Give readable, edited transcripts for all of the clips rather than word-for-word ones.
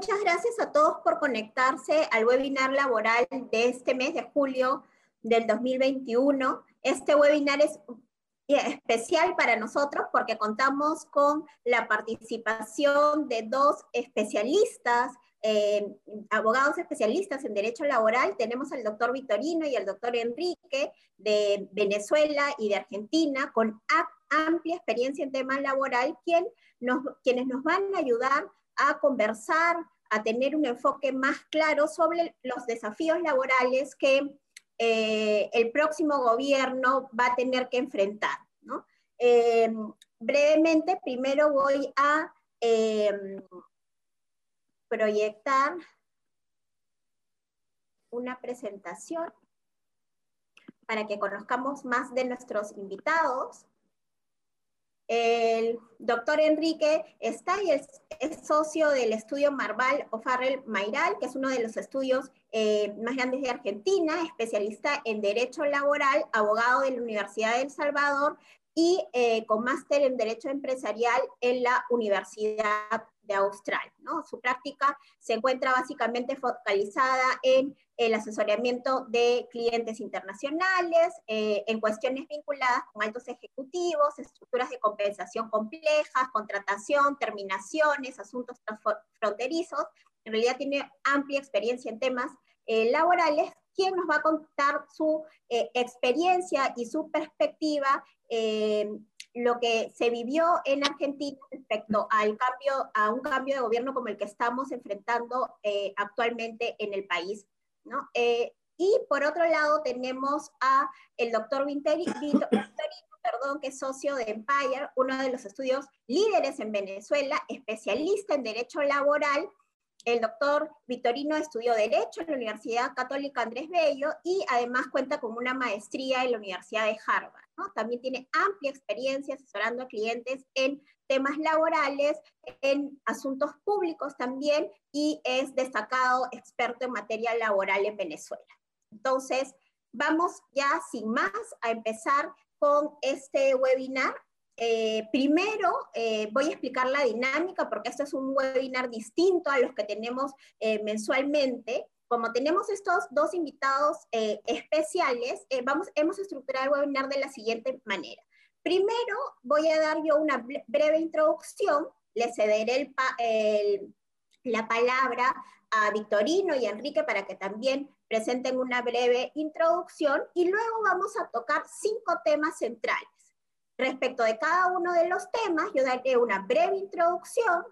muchas gracias a todos por conectarse al webinar laboral de este mes de julio del 2021. Este webinar es especial para nosotros porque contamos con la participación de dos especialistas, abogados especialistas en Derecho Laboral. Tenemos al doctor Vitorino y al doctor Enrique de Venezuela y de Argentina con amplia experiencia en tema laboral, quienes nos van a ayudar a conversar, a tener un enfoque más claro sobre los desafíos laborales que el próximo gobierno va a tener que enfrentar, ¿no? Brevemente, primero voy a proyectar una presentación para que conozcamos más de nuestros invitados. El doctor Enrique está y es socio del estudio Marval O'Farrell Mayral, que es uno de los estudios más grandes de Argentina, especialista en Derecho Laboral, abogado de la Universidad de El Salvador y con máster en Derecho Empresarial en la Universidad de Austral, ¿no? Su práctica se encuentra básicamente focalizada en el asesoramiento de clientes internacionales, en cuestiones vinculadas con altos ejecutivos, estructuras de compensación complejas, contratación, terminaciones, asuntos transfronterizos. En realidad tiene amplia experiencia en temas laborales, quien nos va a contar su experiencia y su perspectiva, lo que se vivió en Argentina respecto a un cambio de gobierno como el que estamos enfrentando actualmente en el país, ¿no? Y por otro lado tenemos a el doctor Vitorino, que es socio de Empire, uno de los estudios líderes en Venezuela, especialista en Derecho Laboral. El doctor Vitorino estudió Derecho en la Universidad Católica Andrés Bello y además cuenta con una maestría en la Universidad de Harvard, ¿no? También tiene amplia experiencia asesorando a clientes en temas laborales, en asuntos públicos también, y es destacado experto en materia laboral en Venezuela. Entonces, vamos ya sin más a empezar con este webinar. Primero voy a explicar la dinámica porque este es un webinar distinto a los que tenemos mensualmente. Como tenemos estos dos invitados especiales, hemos estructurado el webinar de la siguiente manera. Primero voy a dar yo una breve introducción, le cederé la palabra a Vitorino y a Enrique para que también presenten una breve introducción y luego vamos a tocar 5 temas centrales. Respecto de cada uno de los temas, yo daré una breve introducción,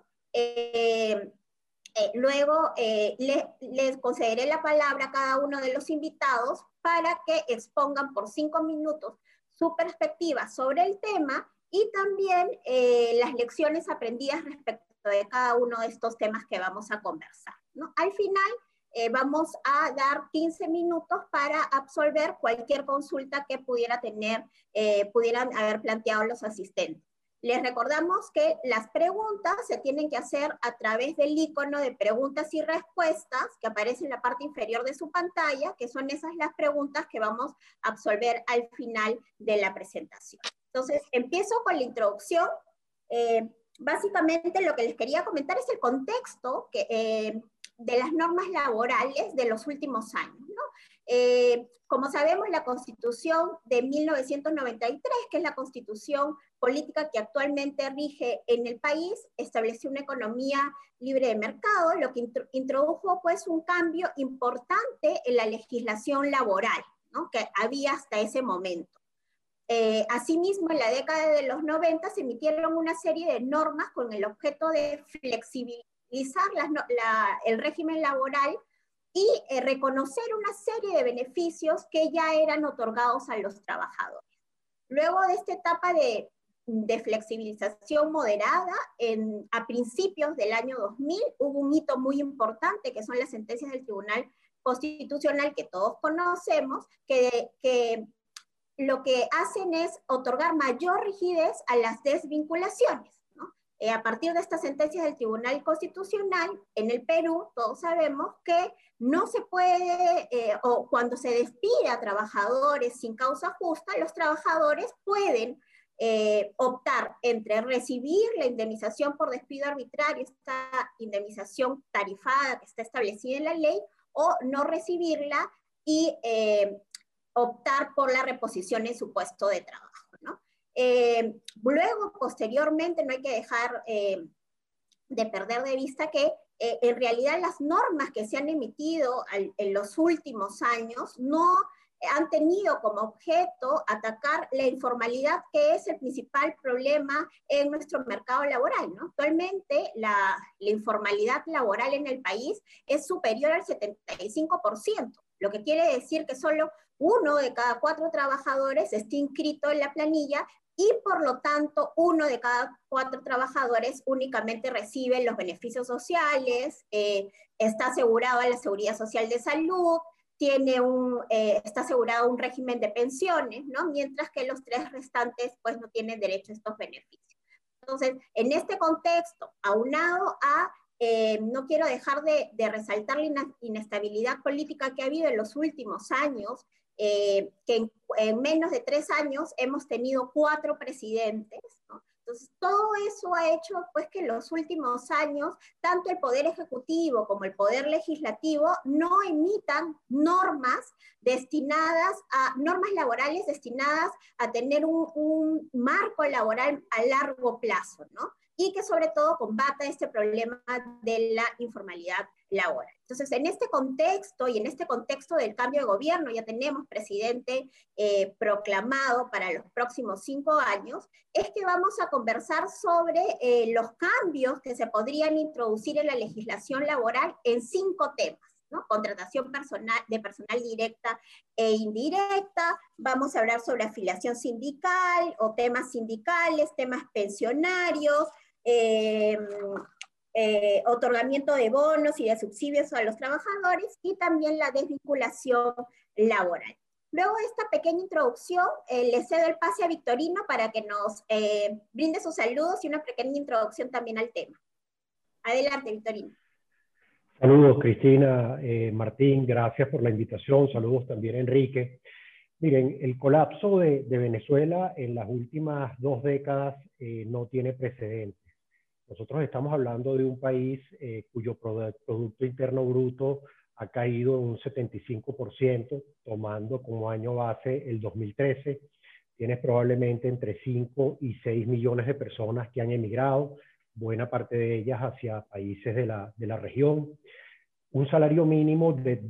luego les concederé la palabra a cada uno de los invitados para que expongan por 5 minutos su perspectiva sobre el tema y también las lecciones aprendidas respecto de cada uno de estos temas que vamos a conversar, ¿no? Al final, vamos a dar 15 minutos para absolver cualquier consulta que pudieran haber planteado los asistentes. Les recordamos que las preguntas se tienen que hacer a través del icono de preguntas y respuestas que aparece en la parte inferior de su pantalla, que son esas las preguntas que vamos a absolver al final de la presentación. Entonces, empiezo con la introducción. Básicamente lo que les quería comentar es el contexto de las normas laborales de los últimos años, ¿no? Como sabemos, la Constitución de 1993, que es la Constitución política que actualmente rige en el país, estableció una economía libre de mercado, lo que introdujo pues un cambio importante en la legislación laboral, ¿no? Que había hasta ese momento. Asimismo, en la década de los 90 se emitieron una serie de normas con el objeto de flexibilizar el régimen laboral y reconocer una serie de beneficios que ya eran otorgados a los trabajadores. Luego de esta etapa de flexibilización moderada, a principios del año 2000 hubo un hito muy importante que son las sentencias del Tribunal Constitucional que todos conocemos, que lo que hacen es otorgar mayor rigidez a las desvinculaciones, ¿no? A partir de estas sentencias del Tribunal Constitucional, en el Perú, todos sabemos que no se puede, o cuando se despide a trabajadores sin causa justa, los trabajadores pueden optar entre recibir la indemnización por despido arbitrario, esta indemnización tarifada que está establecida en la ley, o no recibirla y optar por la reposición en su puesto de trabajo, ¿no? Luego, posteriormente, no hay que dejar de perder de vista que en realidad las normas que se han emitido en los últimos años no han tenido como objeto atacar la informalidad, que es el principal problema en nuestro mercado laboral, ¿no? Actualmente la informalidad laboral en el país es superior al 75%, lo que quiere decir que solo 1 de cada 4 trabajadores está inscrito en la planilla y por lo tanto 1 de cada 4 trabajadores únicamente recibe los beneficios sociales, está asegurado a la seguridad social de salud, está asegurado un régimen de pensiones, ¿no? Mientras que los 3 restantes pues no tienen derecho a estos beneficios. Entonces, en este contexto, aunado a, no quiero dejar de resaltar la inestabilidad política que ha habido en los últimos años, que en menos de 3 años hemos tenido 4 presidentes, ¿no? Entonces, todo eso ha hecho pues, que en los últimos años, tanto el Poder Ejecutivo como el Poder Legislativo no emitan normas laborales destinadas a tener un marco laboral a largo plazo, ¿no? Y que sobre todo combata este problema de la informalidad laboral. Entonces, en este contexto y en este contexto del cambio de gobierno, ya tenemos presidente proclamado para los próximos 5 años, es que vamos a conversar sobre los cambios que se podrían introducir en la legislación laboral en 5 temas, ¿no? Contratación de personal directa e indirecta, vamos a hablar sobre afiliación sindical o temas sindicales, temas pensionarios, otorgamiento de bonos y de subsidios a los trabajadores y también la desvinculación laboral. Luego de esta pequeña introducción, le cedo el pase a Victorino para que nos brinde sus saludos y una pequeña introducción también al tema. Adelante, Victorino. Saludos, Cristina, Martín, gracias por la invitación. Saludos también, Enrique. Miren, el colapso de Venezuela en las últimas 2 décadas no tiene precedentes. Nosotros estamos hablando de un país cuyo Producto Interno Bruto ha caído en un 75%, tomando como año base el 2013. Tienes probablemente entre 5 y 6 millones de personas que han emigrado, buena parte de ellas hacia países de la región. Un salario mínimo de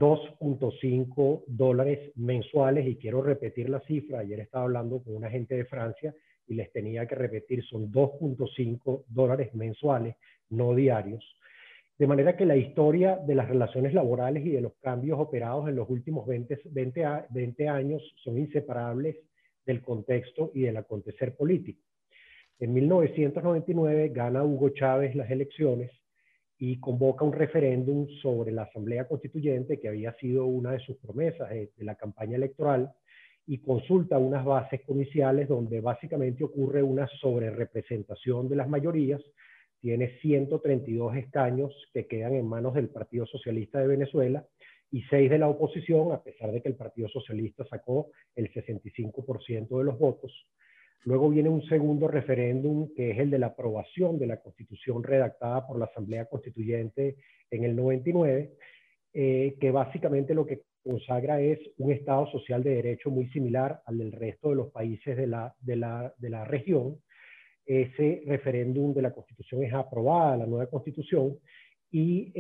$2.5 mensuales, y quiero repetir la cifra, ayer estaba hablando con una gente de Francia y les tenía que repetir, son $2.5 mensuales, no diarios. De manera que la historia de las relaciones laborales y de los cambios operados en los últimos 20 años son inseparables del contexto y del acontecer político. En 1999 gana Hugo Chávez las elecciones y convoca un referéndum sobre la Asamblea Constituyente, que había sido una de sus promesas de la campaña electoral, y consulta unas bases comiciales donde básicamente ocurre una sobrerepresentación de las mayorías. Tiene 132 escaños que quedan en manos del Partido Socialista de Venezuela y 6 de la oposición, a pesar de que el Partido Socialista sacó el 65% de los votos. Luego viene un segundo referéndum, que es el de la aprobación de la Constitución redactada por la Asamblea Constituyente en el 99, que básicamente lo que consagra es un Estado social de derecho muy similar al del resto de los países de la región. Ese referéndum de la Constitución es aprobada, la nueva Constitución, y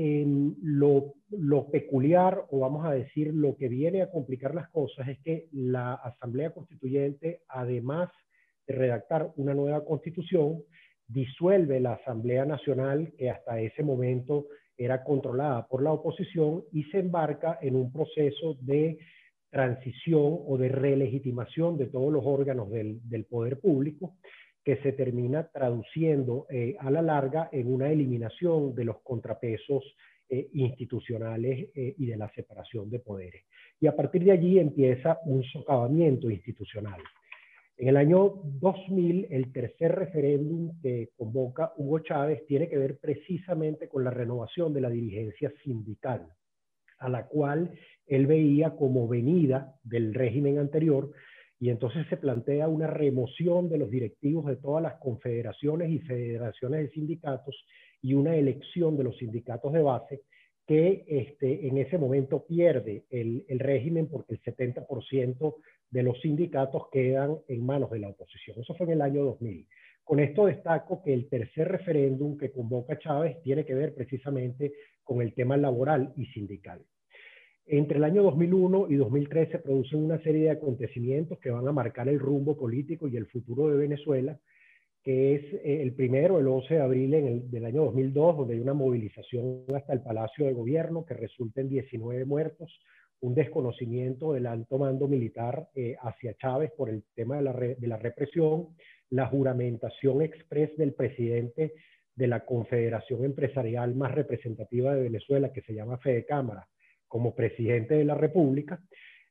lo peculiar, o vamos a decir, lo que viene a complicar las cosas, es que la Asamblea Constituyente, además de redactar una nueva Constitución, disuelve la Asamblea Nacional, que hasta ese momento era controlada por la oposición, y se embarca en un proceso de transición o de relegitimación de todos los órganos del poder público, que se termina traduciendo a la larga en una eliminación de los contrapesos institucionales y de la separación de poderes. Y a partir de allí empieza un socavamiento institucional. En el año 2000, el tercer referéndum que convoca Hugo Chávez tiene que ver precisamente con la renovación de la dirigencia sindical, a la cual él veía como venida del régimen anterior, y entonces se plantea una remoción de los directivos de todas las confederaciones y federaciones de sindicatos y una elección de los sindicatos de base que en ese momento pierde el régimen porque el 70% de los sindicatos quedan en manos de la oposición. Eso fue en el año 2000. Con esto destaco que el tercer referéndum que convoca Chávez tiene que ver precisamente con el tema laboral y sindical. Entre el año 2001 y 2003 se producen una serie de acontecimientos que van a marcar el rumbo político y el futuro de Venezuela, que es el primero, el 11 de abril del año 2002, donde hay una movilización hasta el Palacio de Gobierno que resulta en 19 muertos, un desconocimiento del alto mando militar hacia Chávez por el tema de la represión, la juramentación express del presidente de la confederación empresarial más representativa de Venezuela, que se llama Fede Cámara, como presidente de la República,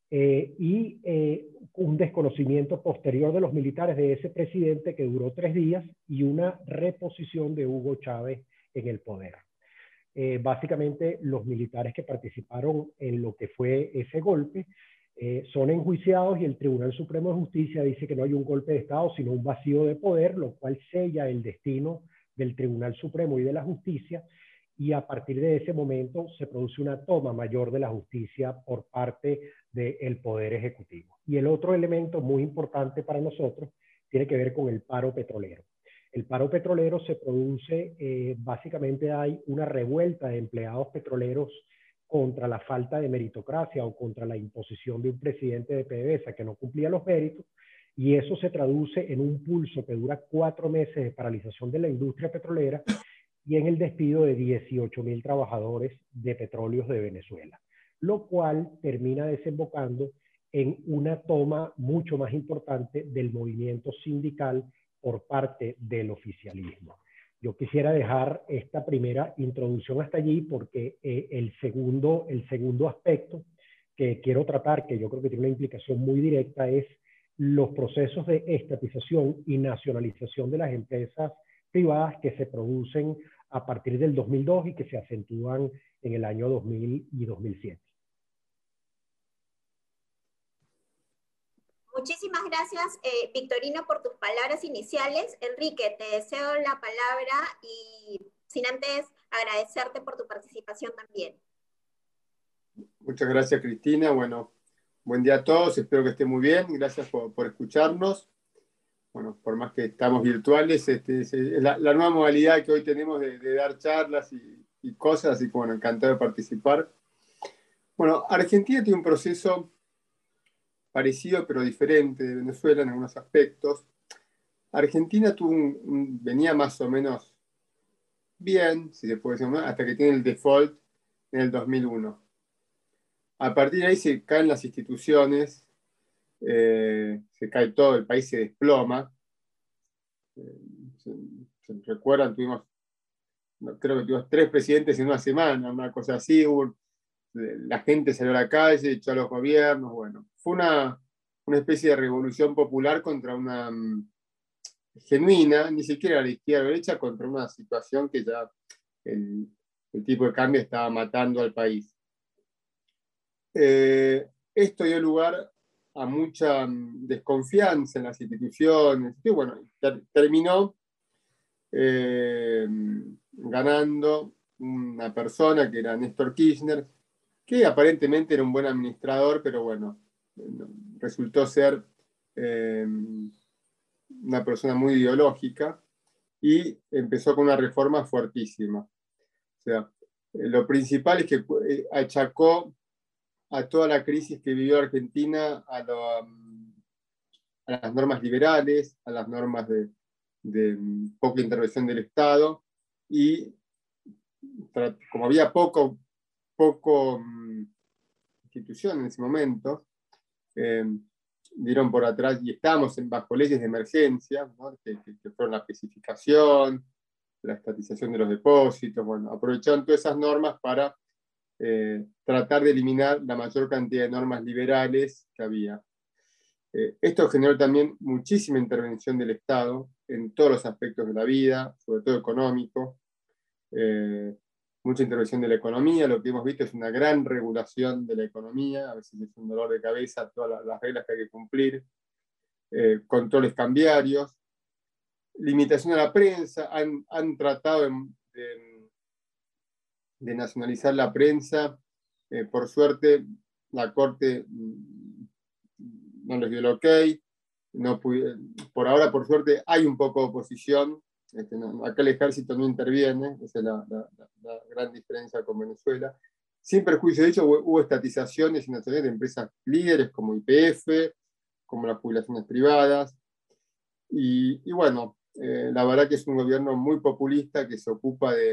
un desconocimiento posterior de los militares de ese presidente que duró 3 días y una reposición de Hugo Chávez en el poder. Básicamente los militares que participaron en lo que fue ese golpe son enjuiciados y el Tribunal Supremo de Justicia dice que no hay un golpe de Estado sino un vacío de poder, lo cual sella el destino del Tribunal Supremo y de la Justicia, y a partir de ese momento se produce una toma mayor de la justicia por parte del Poder Ejecutivo. Y el otro elemento muy importante para nosotros tiene que ver con el paro petrolero. El paro petrolero se produce, básicamente hay una revuelta de empleados petroleros contra la falta de meritocracia o contra la imposición de un presidente de PDVSA que no cumplía los méritos, y eso se traduce en un pulso que dura 4 meses de paralización de la industria petrolera y en el despido de 18.000 trabajadores de petróleos de Venezuela, lo cual termina desembocando en una toma mucho más importante del movimiento sindical por parte del oficialismo. Yo quisiera dejar esta primera introducción hasta allí porque el segundo aspecto que quiero tratar, que yo creo que tiene una implicación muy directa, es los procesos de estatización y nacionalización de las empresas privadas que se producen a partir del 2002 y que se acentúan en el año 2000 y 2007. Muchísimas gracias, Victorino, por tus palabras iniciales. Enrique, te deseo la palabra y sin antes agradecerte por tu participación también. Muchas gracias, Cristina. Bueno, buen día a todos, espero que estén muy bien. Gracias por escucharnos. Bueno, por más que estamos virtuales, es la nueva modalidad que hoy tenemos de dar charlas y cosas, así que bueno, encantado de participar. Bueno, Argentina tiene un proceso parecido pero diferente de Venezuela en algunos aspectos. Argentina venía más o menos bien, si se puede decir, ¿no? Hasta que tiene el default en el 2001. A partir de ahí se caen las instituciones, se cae todo, el país se desploma. Se recuerdan, creo que tuvimos 3 presidentes en una semana, una cosa así, la gente salió a la calle, echó a los gobiernos, bueno, fue una especie de revolución popular contra una genuina, ni siquiera la izquierda o la derecha, contra una situación que ya el tipo de cambio estaba matando al país. Esto dio lugar a mucha desconfianza en las instituciones, y bueno, terminó ganando una persona que era Néstor Kirchner, que aparentemente era un buen administrador, pero bueno, resultó ser una persona muy ideológica y empezó con una reforma fuertísima. O sea, lo principal es que achacó a toda la crisis que vivió Argentina a las normas liberales, a las normas de poca intervención del Estado, y como había poco institución en ese momento, dieron por atrás, y estábamos bajo leyes de emergencia, ¿no? que fueron la especificación, la estatización de los depósitos, bueno, aprovecharon todas esas normas para tratar de eliminar la mayor cantidad de normas liberales que había. Esto generó también muchísima intervención del Estado en todos los aspectos de la vida, sobre todo económico, mucha intervención de la economía. Lo que hemos visto es una gran regulación de la economía, a veces es un dolor de cabeza todas las reglas que hay que cumplir. controles cambiarios, limitación a la prensa, han tratado de nacionalizar la prensa. Por suerte, la Corte no les dio el ok. Por ahora, por suerte, hay un poco de oposición. Acá el ejército no interviene, esa es la gran diferencia con Venezuela. Sin perjuicio, de hecho, hubo estatizaciones y nacionales de empresas líderes como YPF, como las jubilaciones privadas. Y bueno, la verdad que es un gobierno muy populista que se ocupa de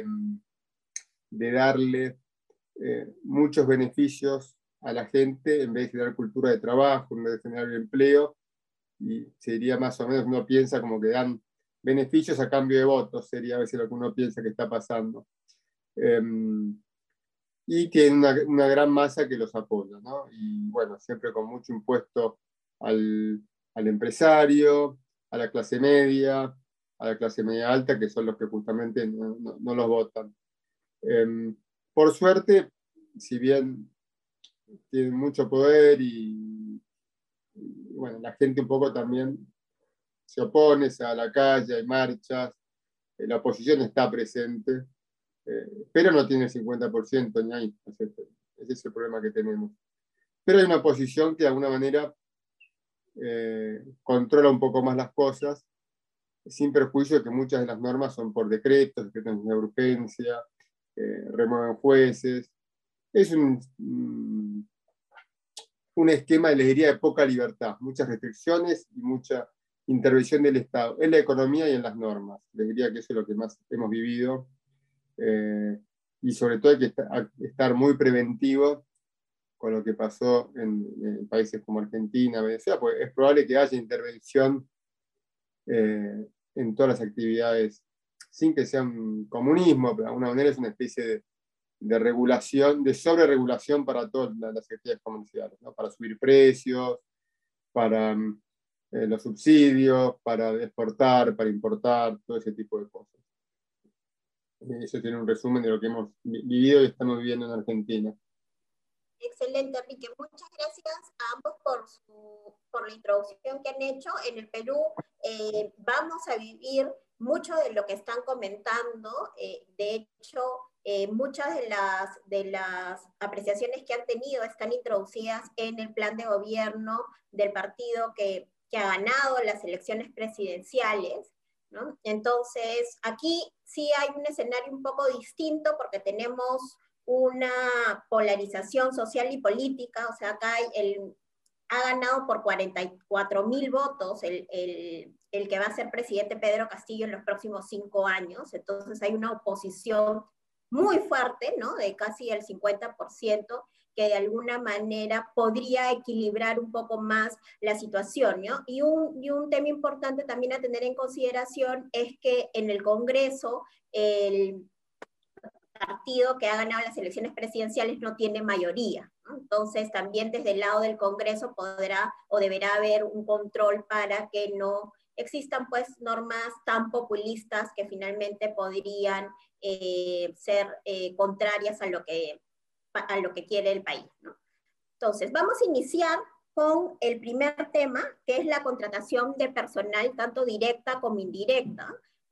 darle muchos beneficios a la gente en vez de generar cultura de trabajo, en vez de generar empleo. Y sería más o menos, uno piensa como que dan beneficios a cambio de votos, sería a veces lo que uno piensa que está pasando. Y tienen una gran masa que los apoya, ¿no? Y bueno, siempre con mucho impuesto al empresario, a la clase media alta, que son los que justamente no los votan. Por suerte, si bien tienen mucho poder y bueno, la gente un poco también se opone, se va a la calle, hay marchas, la oposición está presente, pero no tiene el 50% ni ahí. Ese es el problema que tenemos. Pero hay una oposición que de alguna manera controla un poco más las cosas, sin perjuicio de que muchas de las normas son por decretos de urgencia, remueven jueces. Es un esquema, les diría, de poca libertad, muchas restricciones y mucha intervención del Estado en la economía y en las normas. Les diría que eso es lo que más hemos vivido. Y sobre todo hay que estar muy preventivo con lo que pasó en países como Argentina, Venezuela, porque es probable que haya intervención en todas las actividades, sin que sea un comunismo, pero de alguna manera es una especie de regulación, de sobreregulación para todas las actividades comerciales, ¿no? Para subir precios, para los subsidios, para exportar, para importar, todo ese tipo de cosas. Eso tiene un resumen de lo que hemos vivido y estamos viviendo en Argentina. Excelente, Enrique. Muchas gracias a ambos por la introducción que han hecho. En el Perú vamos a vivir mucho de lo que están comentando. De hecho, muchas de las apreciaciones que han tenido están introducidas en el plan de gobierno del partido que ha ganado las elecciones presidenciales, ¿no? Entonces, aquí sí hay un escenario un poco distinto porque tenemos una polarización social y política. O sea, acá ha ganado por 44.000 votos el que va a ser presidente Pedro Castillo en los próximos 5 años. Entonces hay una oposición muy fuerte, ¿no? De casi el 50%, que de alguna manera podría equilibrar un poco más la situación, ¿no? Y un tema importante también a tener en consideración es que en el Congreso el partido que ha ganado las elecciones presidenciales no tiene mayoría, ¿no? Entonces también desde el lado del Congreso podrá o deberá haber un control para que no existan pues normas tan populistas que finalmente podrían ser contrarias a lo que quiere el país, ¿no? Entonces vamos a iniciar con el primer tema, que es la contratación de personal tanto directa como indirecta.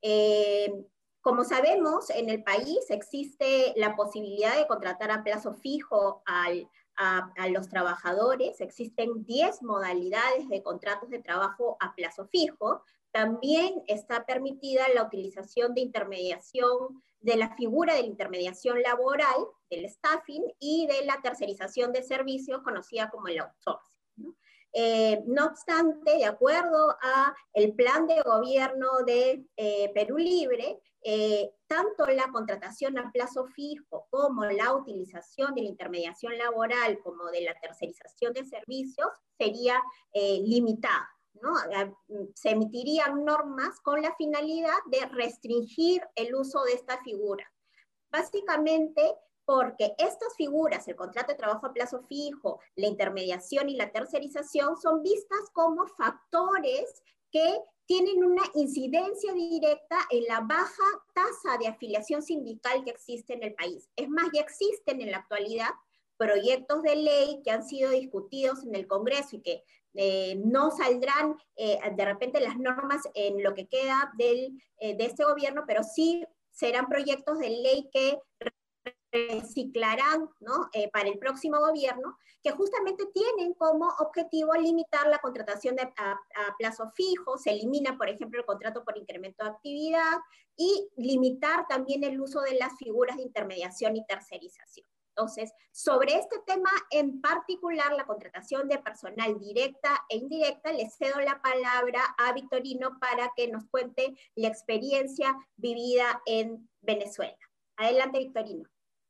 Como sabemos, en el país existe la posibilidad de contratar a plazo fijo a los trabajadores. Existen 10 modalidades de contratos de trabajo a plazo fijo. También está permitida la utilización de intermediación, de la figura de la intermediación laboral, del staffing y de la tercerización de servicios conocida como el outsourcing, ¿no? No obstante, de acuerdo a el plan de gobierno de Perú Libre, tanto la contratación a plazo fijo como la utilización de la intermediación laboral como de la tercerización de servicios sería limitada, ¿no? Se emitirían normas con la finalidad de restringir el uso de esta figura. Básicamente porque estas figuras, el contrato de trabajo a plazo fijo, la intermediación y la tercerización, son vistas como factores que tienen una incidencia directa en la baja tasa de afiliación sindical que existe en el país. Es más, ya existen en la actualidad proyectos de ley que han sido discutidos en el Congreso y que no saldrán de repente las normas en lo que queda de este gobierno, pero sí serán proyectos de ley que reciclarán, ¿no? Para el próximo gobierno, que justamente tienen como objetivo limitar la contratación a plazo fijo, se elimina, por ejemplo, el contrato por incremento de actividad y limitar también el uso de las figuras de intermediación y tercerización. Entonces, sobre este tema en particular, la contratación de personal directa e indirecta, le cedo la palabra a Victorino para que nos cuente la experiencia vivida en Venezuela. Adelante, Victorino.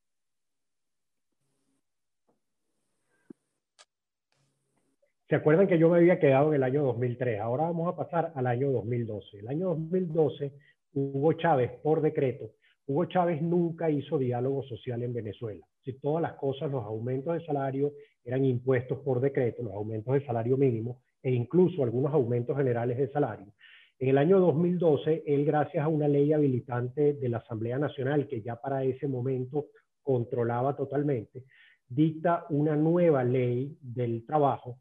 ¿Se acuerdan que yo me había quedado en el año 2003? Ahora vamos a pasar al año 2012. El año 2012, Hugo Chávez, por decreto, Hugo Chávez nunca hizo diálogo social en Venezuela. Si todas las cosas, los aumentos de salario eran impuestos por decreto, los aumentos de salario mínimo e incluso algunos aumentos generales de salario. En el año 2012, él, gracias a una ley habilitante de la Asamblea Nacional, que ya para ese momento controlaba totalmente, dicta una nueva ley del trabajo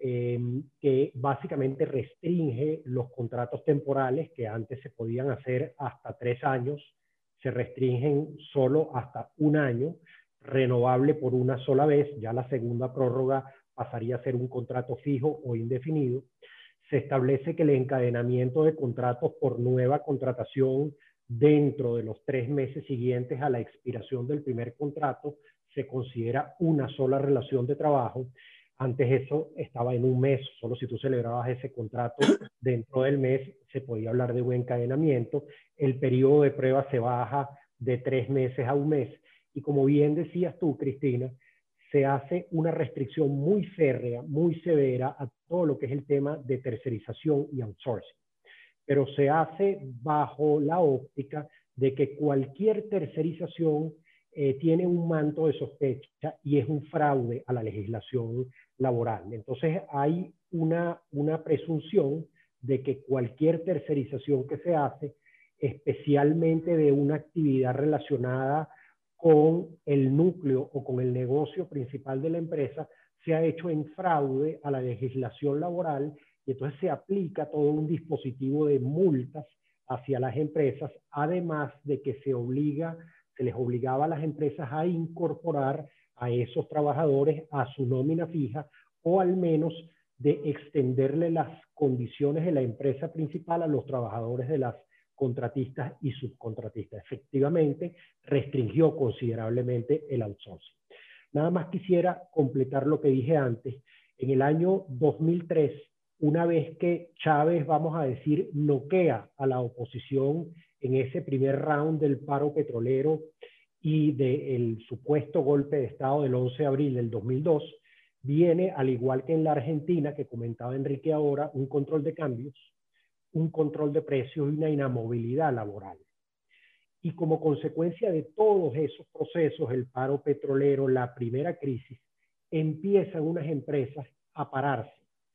que básicamente restringe los contratos temporales que antes se podían hacer hasta 3 años, se restringen solo hasta 1 año, renovable por una sola vez, ya la segunda prórroga pasaría a ser un contrato fijo o indefinido. Se establece que el encadenamiento de contratos por nueva contratación dentro de los 3 meses siguientes a la expiración del primer contrato se considera una sola relación de trabajo. Antes eso estaba en 1 mes, solo si tú celebrabas ese contrato dentro del mes se podía hablar de un encadenamiento. El periodo de prueba se baja de 3 meses a 1 mes. Y como bien decías tú, Cristina, se hace una restricción muy férrea, muy severa a todo lo que es el tema de tercerización y outsourcing. Pero se hace bajo la óptica de que cualquier tercerización tiene un manto de sospecha y es un fraude a la legislación laboral. Entonces hay una presunción de que cualquier tercerización que se hace, especialmente de una actividad relacionada con el núcleo o con el negocio principal de la empresa, se ha hecho en fraude a la legislación laboral y entonces se aplica todo un dispositivo de multas hacia las empresas, además de que se les obligaba a las empresas a incorporar a esos trabajadores a su nómina fija o al menos de extenderle las condiciones de la empresa principal a los trabajadores de las contratistas y subcontratistas. Efectivamente, restringió considerablemente el outsourcing. Nada más quisiera completar lo que dije antes. En el año 2003, una vez que Chávez, vamos a decir, noquea a la oposición en ese primer round del paro petrolero y del supuesto golpe de Estado del 11 de abril del 2002, viene, al igual que en la Argentina, que comentaba Enrique ahora, un control de cambios, un control de precios y una inamovilidad laboral. Y como consecuencia de todos esos procesos, el paro petrolero, la primera crisis, empiezan unas empresas a pararse,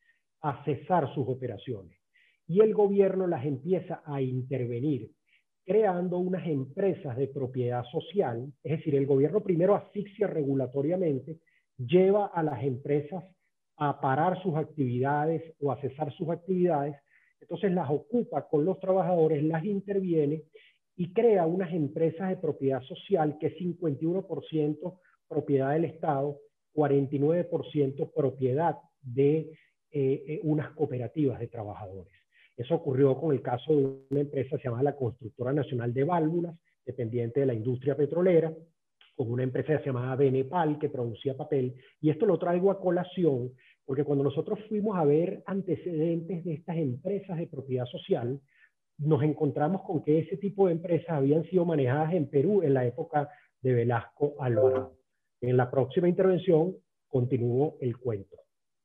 a cesar sus operaciones. Y el gobierno las empieza a intervenir, creando unas empresas de propiedad social. Es decir, el gobierno primero asfixia regulatoriamente, lleva a las empresas a parar sus actividades o a cesar sus actividades, entonces las ocupa con los trabajadores, las interviene y crea unas empresas de propiedad social que es 51% propiedad del Estado, 49% propiedad de unas cooperativas de trabajadores. Eso ocurrió con el caso de una empresa que se llama la Constructora Nacional de Válvulas, dependiente de la industria petrolera, con una empresa que se llamaba Benepal, que producía papel. Y esto lo traigo a colación, porque cuando nosotros fuimos a ver antecedentes de estas empresas de propiedad social, nos encontramos con que ese tipo de empresas habían sido manejadas en Perú en la época de Velasco Alvarado. En la próxima intervención continúo el cuento.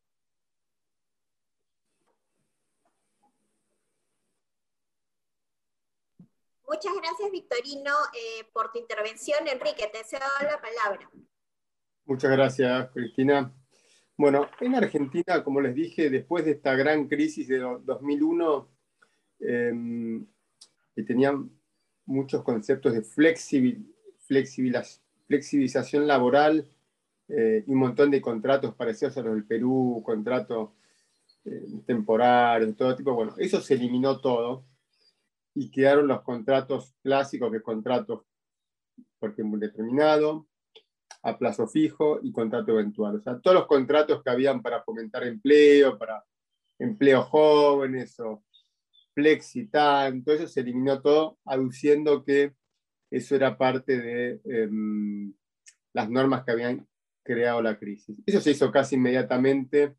Muchas gracias, Victorino, por tu intervención. Enrique, te cedo la palabra. Muchas gracias, Cristina. Bueno, en Argentina, como les dije, después de esta gran crisis de 2001, que tenían muchos conceptos de flexibilización laboral y un montón de contratos parecidos a los del Perú, contratos temporarios, todo tipo. Bueno, eso se eliminó todo y quedaron los contratos clásicos, que es contratos por tiempo indeterminado, a plazo fijo y contrato eventual. O sea, todos los contratos que habían para fomentar empleo, para empleos jóvenes o flexitime, todo eso se eliminó todo, aduciendo que eso era parte de las normas que habían creado la crisis. Eso se hizo casi inmediatamente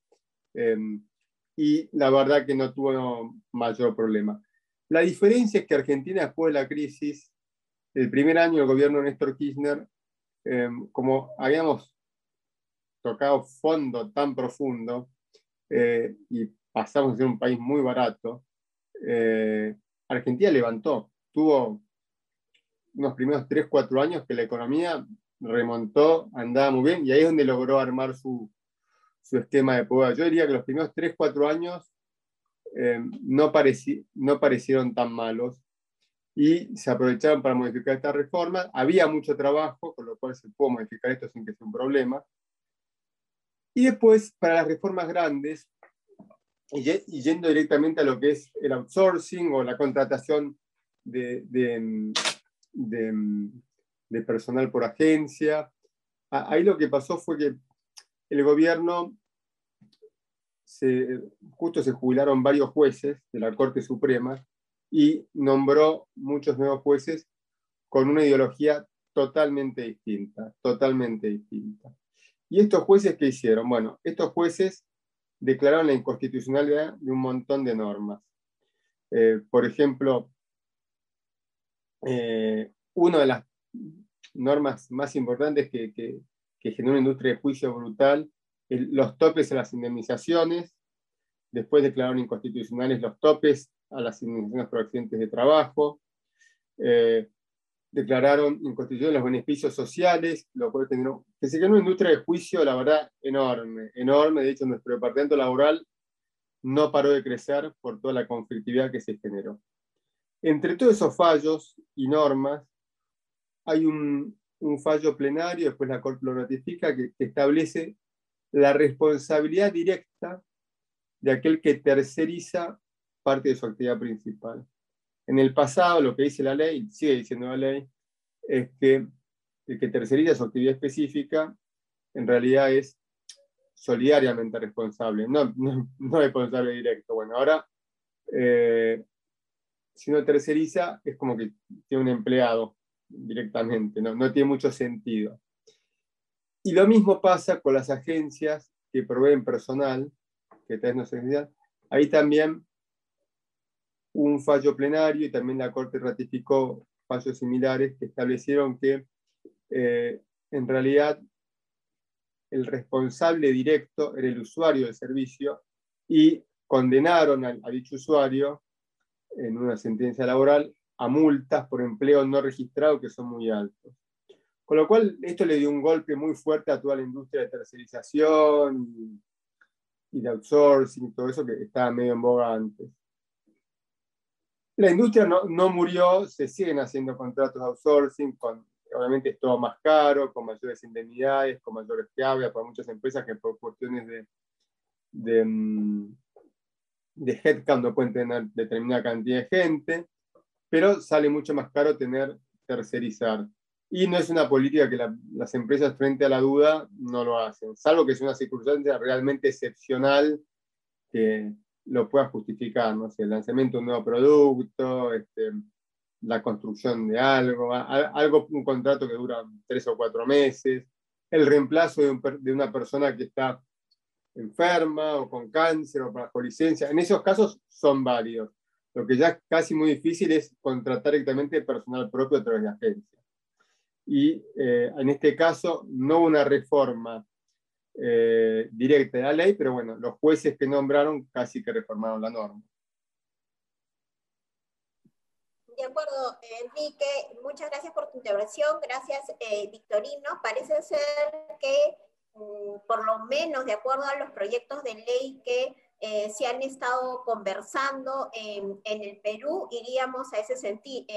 y la verdad que no tuvo mayor problema. La diferencia es que Argentina, después de la crisis, el primer año del gobierno de Néstor Kirchner, como habíamos tocado fondo tan profundo y pasamos de ser un país muy barato, Argentina levantó, tuvo unos primeros 3, 4 años que la economía remontó, andaba muy bien, y ahí es donde logró armar su esquema de poder. Yo diría que los primeros 3, 4 años no parecieron tan malos, y se aprovecharon para modificar esta reforma. Había mucho trabajo, con lo cual se pudo modificar esto sin que sea un problema. Y después, para las reformas grandes, y yendo directamente a lo que es el outsourcing o la contratación de personal por agencia, ahí lo que pasó fue que el gobierno, justo se jubilaron varios jueces de la Corte Suprema y nombró muchos nuevos jueces con una ideología totalmente distinta, totalmente distinta. ¿Y estos jueces qué hicieron? Bueno, estos jueces declararon la inconstitucionalidad de un montón de normas. Por ejemplo, una de las normas más importantes que generó una industria de juicio brutal, los topes a las indemnizaciones. Después declararon inconstitucionales los topes a las indemnizaciones por accidentes de trabajo. Declararon inconstitucionales los beneficios sociales, lo cual que se creó una industria de juicio, la verdad, enorme, enorme. De hecho, nuestro departamento laboral no paró de crecer por toda la conflictividad que se generó. Entre todos esos fallos y normas, hay un fallo plenario, después la Corte lo ratifica, que establece la responsabilidad directa de aquel que terceriza parte de su actividad principal. En el pasado, lo que dice la ley, sigue diciendo la ley, es que el que terceriza su actividad específica en realidad es solidariamente responsable, no responsable directo. Bueno, ahora, si uno terceriza, es como que tiene un empleado directamente, no tiene mucho sentido. Y lo mismo pasa con las agencias que proveen personal, que tal vez no se necesitan. Ahí también un fallo plenario, y también la Corte ratificó fallos similares que establecieron que en realidad el responsable directo era el usuario del servicio, y condenaron a dicho usuario en una sentencia laboral a multas por empleo no registrado que son muy altos. Con lo cual, esto le dio un golpe muy fuerte a toda la industria de tercerización y de outsourcing, todo eso que estaba medio en boga antes. La industria no murió, se siguen haciendo contratos de outsourcing, obviamente es todo más caro, con mayores indemnidades, con mayores cargas para muchas empresas que por cuestiones de headcount no pueden tener determinada cantidad de gente, pero sale mucho más caro tercerizar. Y no es una política que las empresas, frente a la duda, no lo hacen, salvo que es una circunstancia realmente excepcional que lo pueda justificar, no sé, el lanzamiento de un nuevo producto, la construcción de algo, un contrato que dura 3 o 4 meses, el reemplazo de una persona que está enferma o con cáncer o bajo licencia. En esos casos son válidos. Lo que ya es casi muy difícil es contratar directamente personal propio a través de agencias. Y en este caso no hubo una reforma directa de la ley, pero bueno, los jueces que nombraron casi que reformaron la norma. De acuerdo, Enrique, muchas gracias por tu intervención. Gracias, Victorino. Parece ser que, por lo menos de acuerdo a los proyectos de ley que se han estado conversando en el Perú, iríamos en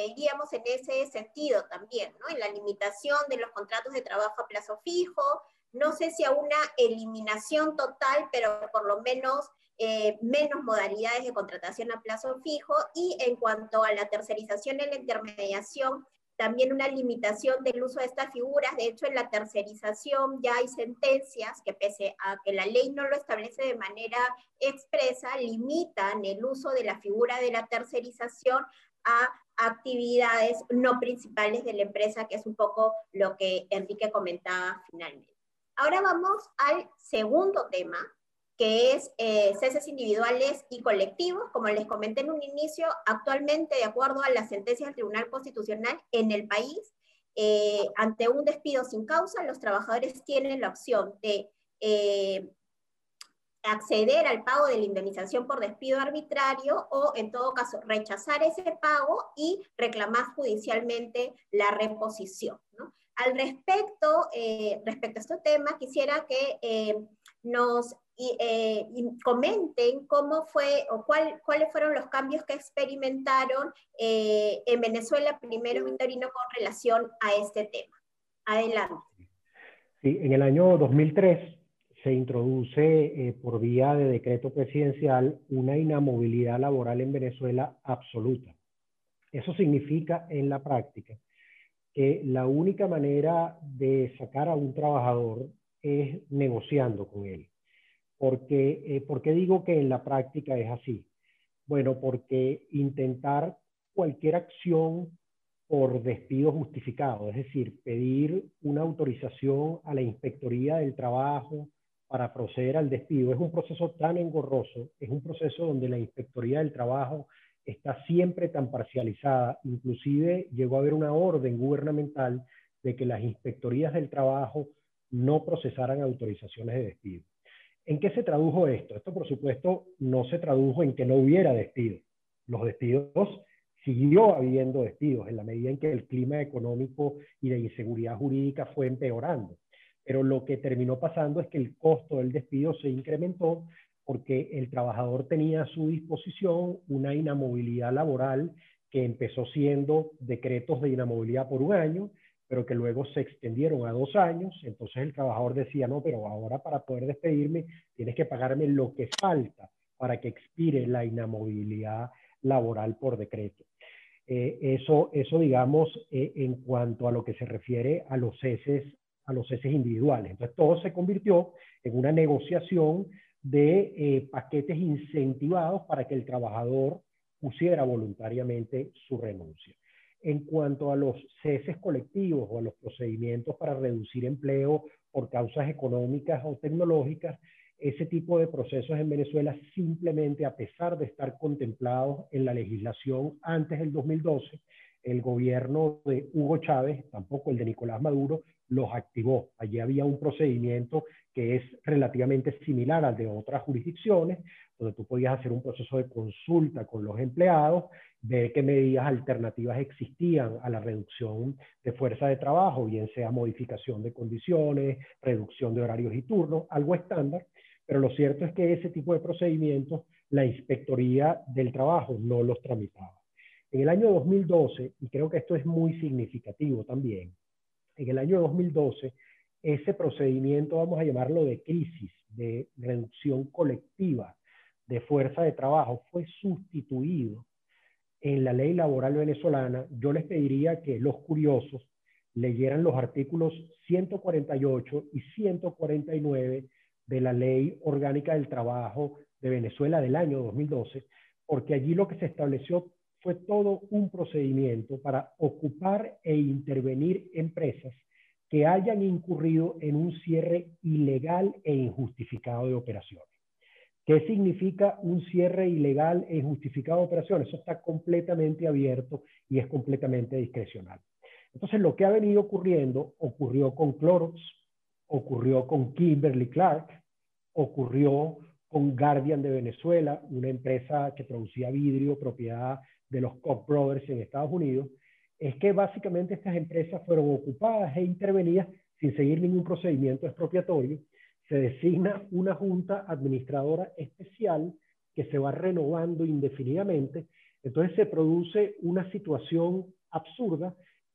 ese sentido también, ¿no? En la limitación de los contratos de trabajo a plazo fijo, no sé si a una eliminación total, pero por lo menos menos modalidades de contratación a plazo fijo, y en cuanto a la tercerización y la intermediación, también una limitación del uso de estas figuras. De hecho, en la tercerización ya hay sentencias que, pese a que la ley no lo establece de manera expresa, limitan el uso de la figura de la tercerización a actividades no principales de la empresa, que es un poco lo que Enrique comentaba finalmente. Ahora vamos al segundo tema, que es ceses individuales y colectivos. Como les comenté en un inicio, actualmente, de acuerdo a las sentencias del Tribunal Constitucional en el país, ante un despido sin causa, los trabajadores tienen la opción de acceder al pago de la indemnización por despido arbitrario, o en todo caso rechazar ese pago y reclamar judicialmente la reposición, ¿no? Al respecto, respecto a este tema, quisiera que nos comenten cómo fue o cuáles fueron los cambios que experimentaron en Venezuela, primero Victorino, con relación a este tema. Adelante. Sí, en el año 2003 se introduce por vía de decreto presidencial una inamovilidad laboral en Venezuela absoluta. Eso significa en la práctica que la única manera de sacar a un trabajador es negociando con él. ¿Por qué digo que en la práctica es así? Bueno, porque intentar cualquier acción por despido justificado, es decir, pedir una autorización a la Inspectoría del Trabajo para proceder al despido, es un proceso tan engorroso, es un proceso donde la Inspectoría del Trabajo está siempre tan parcializada. Inclusive llegó a haber una orden gubernamental de que las inspectorías del trabajo no procesaran autorizaciones de despido. ¿En qué se tradujo esto? Esto, por supuesto, no se tradujo en que no hubiera despidos. Los despidos, siguió habiendo despidos en la medida en que el clima económico y de inseguridad jurídica fue empeorando. Pero lo que terminó pasando es que el costo del despido se incrementó porque el trabajador tenía a su disposición una inamovilidad laboral que empezó siendo decretos de inamovilidad por un año, pero que luego se extendieron a 2 años. Entonces el trabajador decía, no, pero ahora para poder despedirme tienes que pagarme lo que falta para que expire la inamovilidad laboral por decreto. Eso digamos, en cuanto a lo que se refiere a los ceses individuales. Entonces todo se convirtió en una negociación de paquetes incentivados para que el trabajador pusiera voluntariamente su renuncia. En cuanto a los ceses colectivos o a los procedimientos para reducir empleo por causas económicas o tecnológicas, ese tipo de procesos en Venezuela, simplemente, a pesar de estar contemplados en la legislación antes del 2012, el gobierno de Hugo Chávez, tampoco el de Nicolás Maduro, los activó. Allí había un procedimiento que es relativamente similar al de otras jurisdicciones, donde tú podías hacer un proceso de consulta con los empleados, ver qué medidas alternativas existían a la reducción de fuerza de trabajo, bien sea modificación de condiciones, reducción de horarios y turnos, algo estándar. Pero lo cierto es que ese tipo de procedimientos la Inspectoría del Trabajo no los tramitaba. En el año 2012, y creo que esto es muy significativo también, en el año 2012, ese procedimiento, vamos a llamarlo de crisis, de reducción colectiva de fuerza de trabajo, fue sustituido en la ley laboral venezolana. Yo les pediría que los curiosos leyeran los artículos 148 y 149 de la Ley Orgánica del Trabajo de Venezuela del año 2012, porque allí lo que se estableció fue todo un procedimiento para ocupar e intervenir empresas que hayan incurrido en un cierre ilegal e injustificado de operaciones. ¿Qué significa un cierre ilegal e injustificado de operaciones? Eso está completamente abierto y es completamente discrecional. Entonces, lo que ha venido ocurriendo, ocurrió con Clorox, ocurrió con Kimberly-Clark, ocurrió con Guardian de Venezuela, una empresa que producía vidrio, propiedad de los Koch Brothers en Estados Unidos. Es que básicamente estas empresas fueron ocupadas e intervenidas sin seguir ningún procedimiento expropiatorio. Se designa una junta administradora especial que se va renovando indefinidamente. Entonces se produce una situación absurda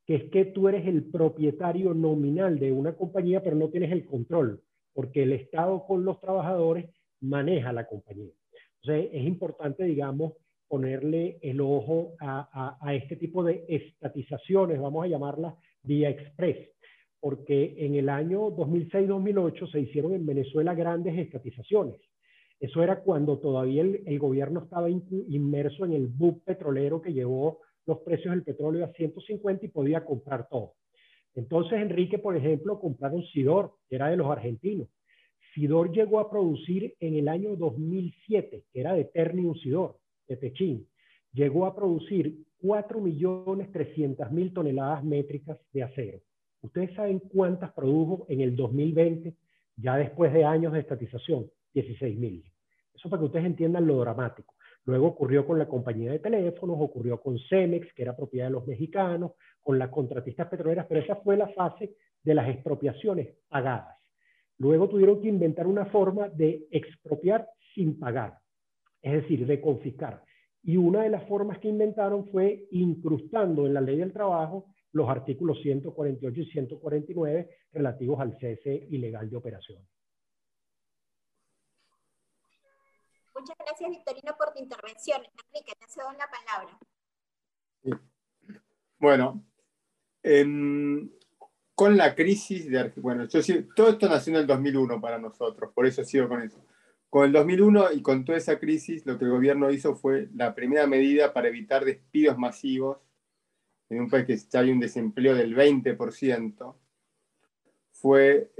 que es que tú eres el propietario nominal de una compañía, pero no tienes el control, porque el Estado con los trabajadores maneja la compañía. Entonces, es importante, digamos, ponerle el ojo a este tipo de estatizaciones, vamos a llamarlas vía express, porque en el año 2006-2008 se hicieron en Venezuela grandes estatizaciones. Eso era cuando todavía el gobierno estaba inmerso en el boom petrolero que llevó los precios del petróleo a 150 y podía comprar todo. Entonces, Enrique, por ejemplo, compraron Sidor, que era de los argentinos. Sidor llegó a producir en el año 2007, que era de Ternium Sidor, de Techín, llegó a producir 4.300.000 toneladas métricas de acero. ¿Ustedes saben cuántas produjo en el 2020, ya después de años de estatización? 16.000. Eso para que ustedes entiendan lo dramático. Luego ocurrió con la compañía de teléfonos, ocurrió con Cemex, que era propiedad de los mexicanos, con las contratistas petroleras, pero esa fue la fase de las expropiaciones pagadas. Luego tuvieron que inventar una forma de expropiar sin pagar, es decir, de confiscar. Y una de las formas que inventaron fue incrustando en la ley del trabajo los artículos 148 y 149 relativos al cese ilegal de operaciones. Muchas gracias, Victorino, por tu intervención. Enrique, te cedo la palabra. Sí. Bueno, con la crisis de bueno, todo esto nació en el 2001 para nosotros, por eso sigo con eso. Con el 2001 y con toda esa crisis, lo que el gobierno hizo fue la primera medida para evitar despidos masivos en un país que ya hay un desempleo del 20%, fue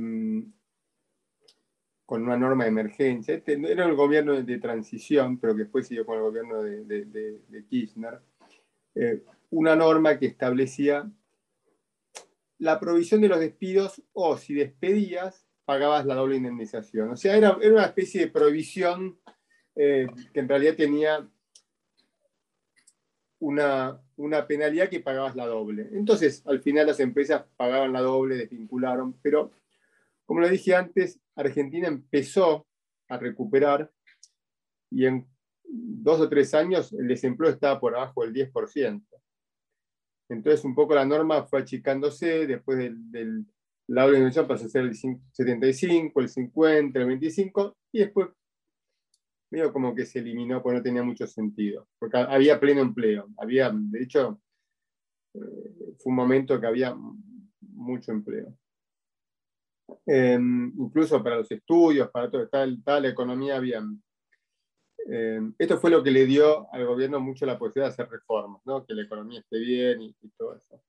con una norma de emergencia. Era el gobierno de transición, pero que después siguió con el gobierno de Kirchner. Una norma que establecía la provisión de los despidos, o si despedías, pagabas la doble indemnización. O sea, era una especie de provisión que en realidad tenía una penalidad que pagabas la doble. Entonces, al final las empresas pagaban la doble, desvincularon, pero como lo dije antes, Argentina empezó a recuperar y en 2 o 3 años el desempleo estaba por abajo del 10%. Entonces, un poco la norma fue achicándose, después la doble indemnización pasó a ser el 75, el 50, el 25, y después medio como que se eliminó porque no tenía mucho sentido, porque había pleno empleo. De hecho, fue un momento que había mucho empleo. Incluso para los estudios, para todo, estaba la economía bien. Esto fue lo que le dio al gobierno mucho la posibilidad de hacer reformas, ¿no? Que la economía esté bien y todo eso.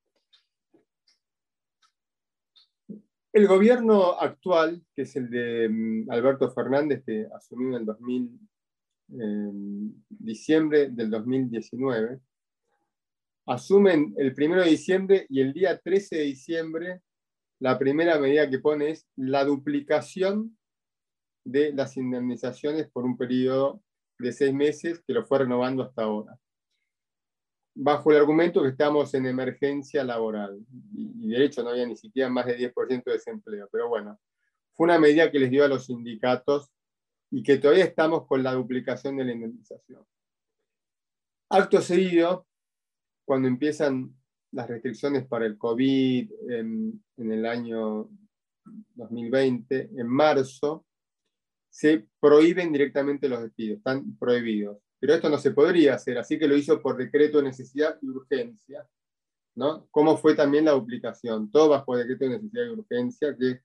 El gobierno actual, que es el de Alberto Fernández, que asumió en diciembre del 2019, asumen el 1 de diciembre y el día 13 de diciembre la primera medida que pone es la duplicación de las indemnizaciones por un periodo de 6 meses, que lo fue renovando hasta ahora, bajo el argumento que estamos en emergencia laboral, y de hecho no había ni siquiera más de 10% de desempleo, pero bueno, fue una medida que les dio a los sindicatos y que todavía estamos con la duplicación de la indemnización. Acto seguido, cuando empiezan las restricciones para el COVID en el año 2020, en marzo, se prohíben directamente los despidos, están prohibidos. Pero esto no se podría hacer, así que lo hizo por decreto de necesidad y urgencia, ¿no? ¿Cómo fue también la duplicación? Todo bajo decreto de necesidad y urgencia, que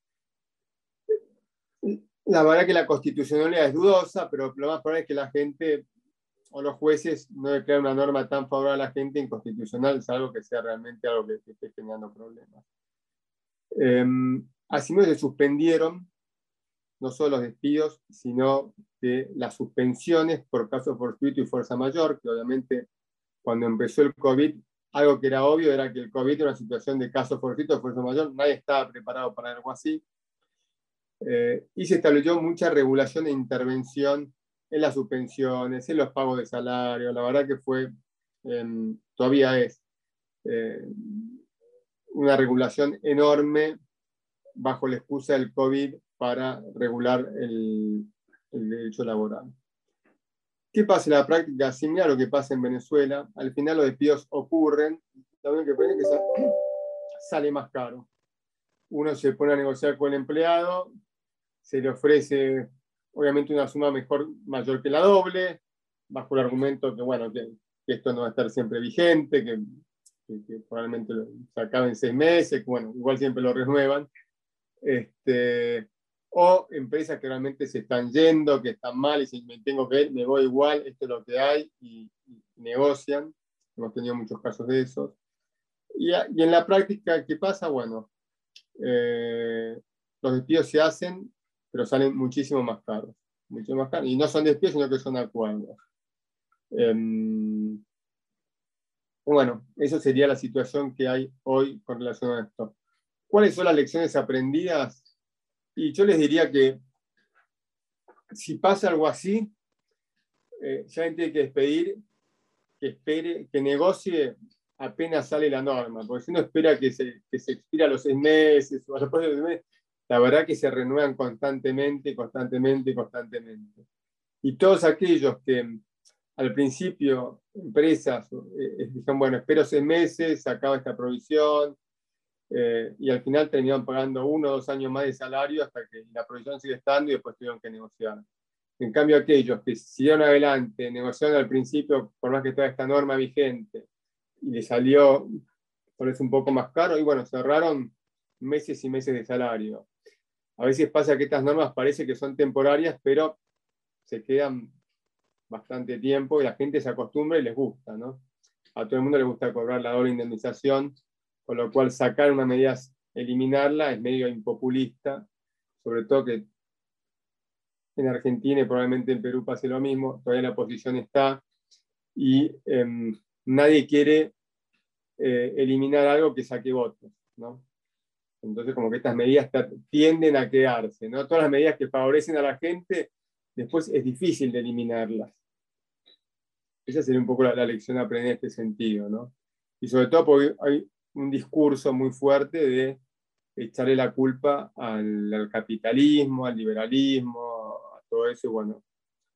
la verdad que la constitucionalidad es dudosa, pero lo más probable es que la gente o los jueces no declaren una norma tan favorable a la gente inconstitucional, salvo que sea realmente algo que esté generando problemas. Asimismo se suspendieron no solo los despidos, sino que las suspensiones por caso fortuito y fuerza mayor, que obviamente cuando empezó el COVID, algo que era obvio era que el COVID era una situación de caso fortuito y fuerza mayor, nadie estaba preparado para algo así, y se estableció mucha regulación e intervención en las suspensiones, en los pagos de salario. La verdad que fue, todavía es, una regulación enorme bajo la excusa del COVID para regular el derecho laboral. ¿Qué pasa en la práctica? Similar a lo que pasa en Venezuela, al final los despidos ocurren la única diferencia es que sale más caro. Uno se pone a negociar con el empleado, se le ofrece obviamente una suma mayor que la doble, bajo el argumento que, bueno, que esto no va a estar siempre vigente, que probablemente se acabe en 6 meses, que, bueno, igual siempre lo renuevan. O empresas que realmente se están yendo, que están mal, y si me tengo que ir, me voy igual, esto es lo que hay, y negocian. Hemos tenido muchos casos de esos. Y en la práctica, ¿qué pasa? Bueno, los despidos se hacen, pero salen muchísimo más caros. Mucho más caros. Y no son despidos, sino que son acuerdos. Bueno, esa sería la situación que hay hoy con relación a esto. ¿Cuáles son las lecciones aprendidas? Y yo les diría que si pasa algo así, ya tiene que despedir, que espere, que negocie apenas sale la norma, porque si uno espera que se expira a los 6 meses o a los 6 meses, la verdad que se renuevan constantemente. Y todos aquellos que al principio, empresas, dijeron, bueno, espero 6 meses, se acaba esta provisión, y al final terminaron pagando 1 o 2 años más de salario hasta que la provisión sigue estando y después tuvieron que negociar. En cambio, aquellos que siguieron adelante, negociaron al principio, por más que toda esta norma vigente, y les salió por eso un poco más caro, y bueno, cerraron meses y meses de salario. A veces pasa que estas normas parece que son temporarias, pero se quedan bastante tiempo y la gente se acostumbra y les gusta, ¿no? A todo el mundo le gusta cobrar la doble indemnización, con lo cual sacar una medida, eliminarla, es medio impopulista, sobre todo que en Argentina y probablemente en Perú pase lo mismo, todavía la oposición está, y nadie quiere eliminar algo que saque votos, ¿no? Entonces como que estas medidas tienden a quedarse, ¿no? Todas las medidas que favorecen a la gente, después es difícil de eliminarlas. Esa sería un poco la lección aprendida en este sentido, ¿no? Y sobre todo porque hay un discurso muy fuerte de echarle la culpa al capitalismo, al liberalismo, a todo eso, y bueno,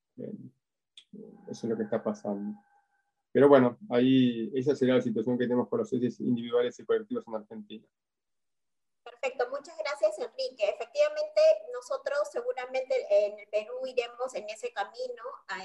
eso es lo que está pasando. Pero bueno, ahí esa sería la situación que tenemos con los ceses individuales y colectivos en Argentina. Perfecto, muchas gracias, Enrique. Efectivamente, nosotros seguramente en el Perú iremos en ese camino,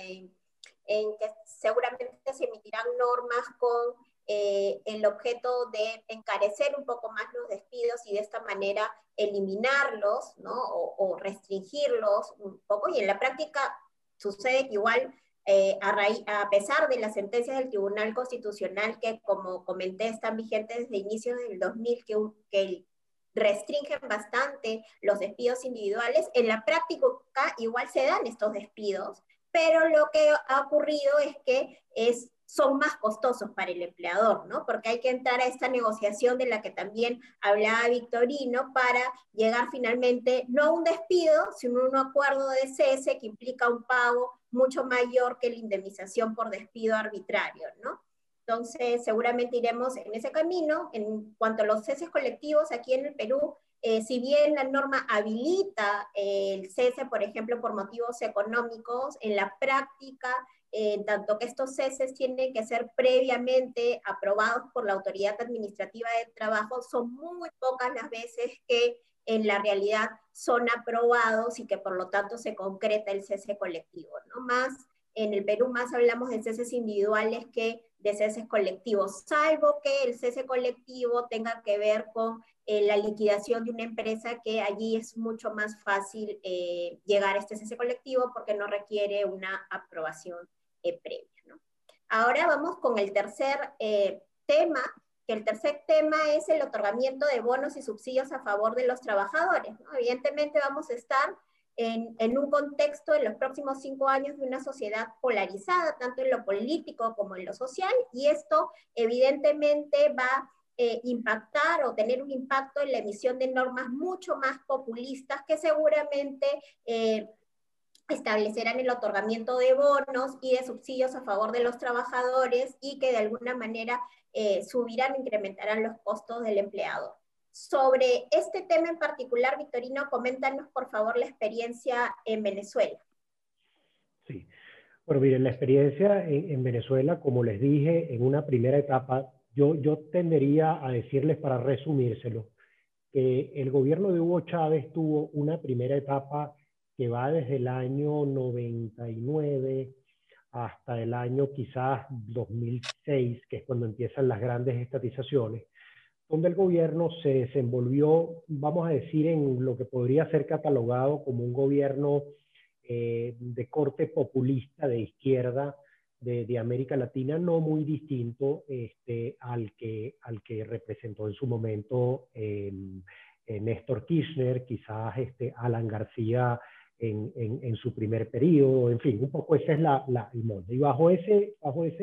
en que seguramente se emitirán normas con el objeto de encarecer un poco más los despidos y de esta manera eliminarlos, ¿no? o restringirlos un poco, y en la práctica sucede que igual a pesar de las sentencias del Tribunal Constitucional que, como comenté, están vigentes desde inicios del 2000, que restringen bastante los despidos individuales, en la práctica igual se dan estos despidos, pero lo que ha ocurrido es que son más costosos para el empleador, ¿no? Porque hay que entrar a esta negociación de la que también hablaba Victorino para llegar finalmente no a un despido, sino a un acuerdo de cese que implica un pago mucho mayor que la indemnización por despido arbitrario, ¿no? Entonces, seguramente iremos en ese camino. En cuanto a los ceses colectivos, aquí en el Perú, si bien la norma habilita el cese, por ejemplo, por motivos económicos, en la práctica, tanto que estos ceses tienen que ser previamente aprobados por la Autoridad Administrativa de Trabajo, son muy pocas las veces que en la realidad son aprobados y que por lo tanto se concreta el cese colectivo, ¿no? Más en el Perú más hablamos de ceses individuales que de ceses colectivos, salvo que el cese colectivo tenga que ver con la liquidación de una empresa, que allí es mucho más fácil llegar a este cese colectivo porque no requiere una aprobación previa, ¿no? Ahora vamos con el tercer tema, que el tercer tema es el otorgamiento de bonos y subsidios a favor de los trabajadores, ¿no? Evidentemente vamos a estar en un contexto en los próximos 5 años de una sociedad polarizada, tanto en lo político como en lo social, y esto evidentemente va a impactar o tener un impacto en la emisión de normas mucho más populistas que seguramente establecerán el otorgamiento de bonos y de subsidios a favor de los trabajadores y que de alguna manera subirán, incrementarán los costos del empleador. Sobre este tema en particular, Victorino, coméntanos por favor la experiencia en Venezuela. Sí, bueno, miren, la experiencia en Venezuela, como les dije, en una primera etapa Yo tendería a decirles, para resumírselo, que el gobierno de Hugo Chávez tuvo una primera etapa que va desde el año 99 hasta el año quizás 2006, que es cuando empiezan las grandes estatizaciones, donde el gobierno se desenvolvió, vamos a decir, en lo que podría ser catalogado como un gobierno de corte populista de izquierda de América Latina, no muy distinto al que representó en su momento Néstor Kirchner, quizás Alan García en su primer periodo, en fin, un poco ese es el molde. Y bajo ese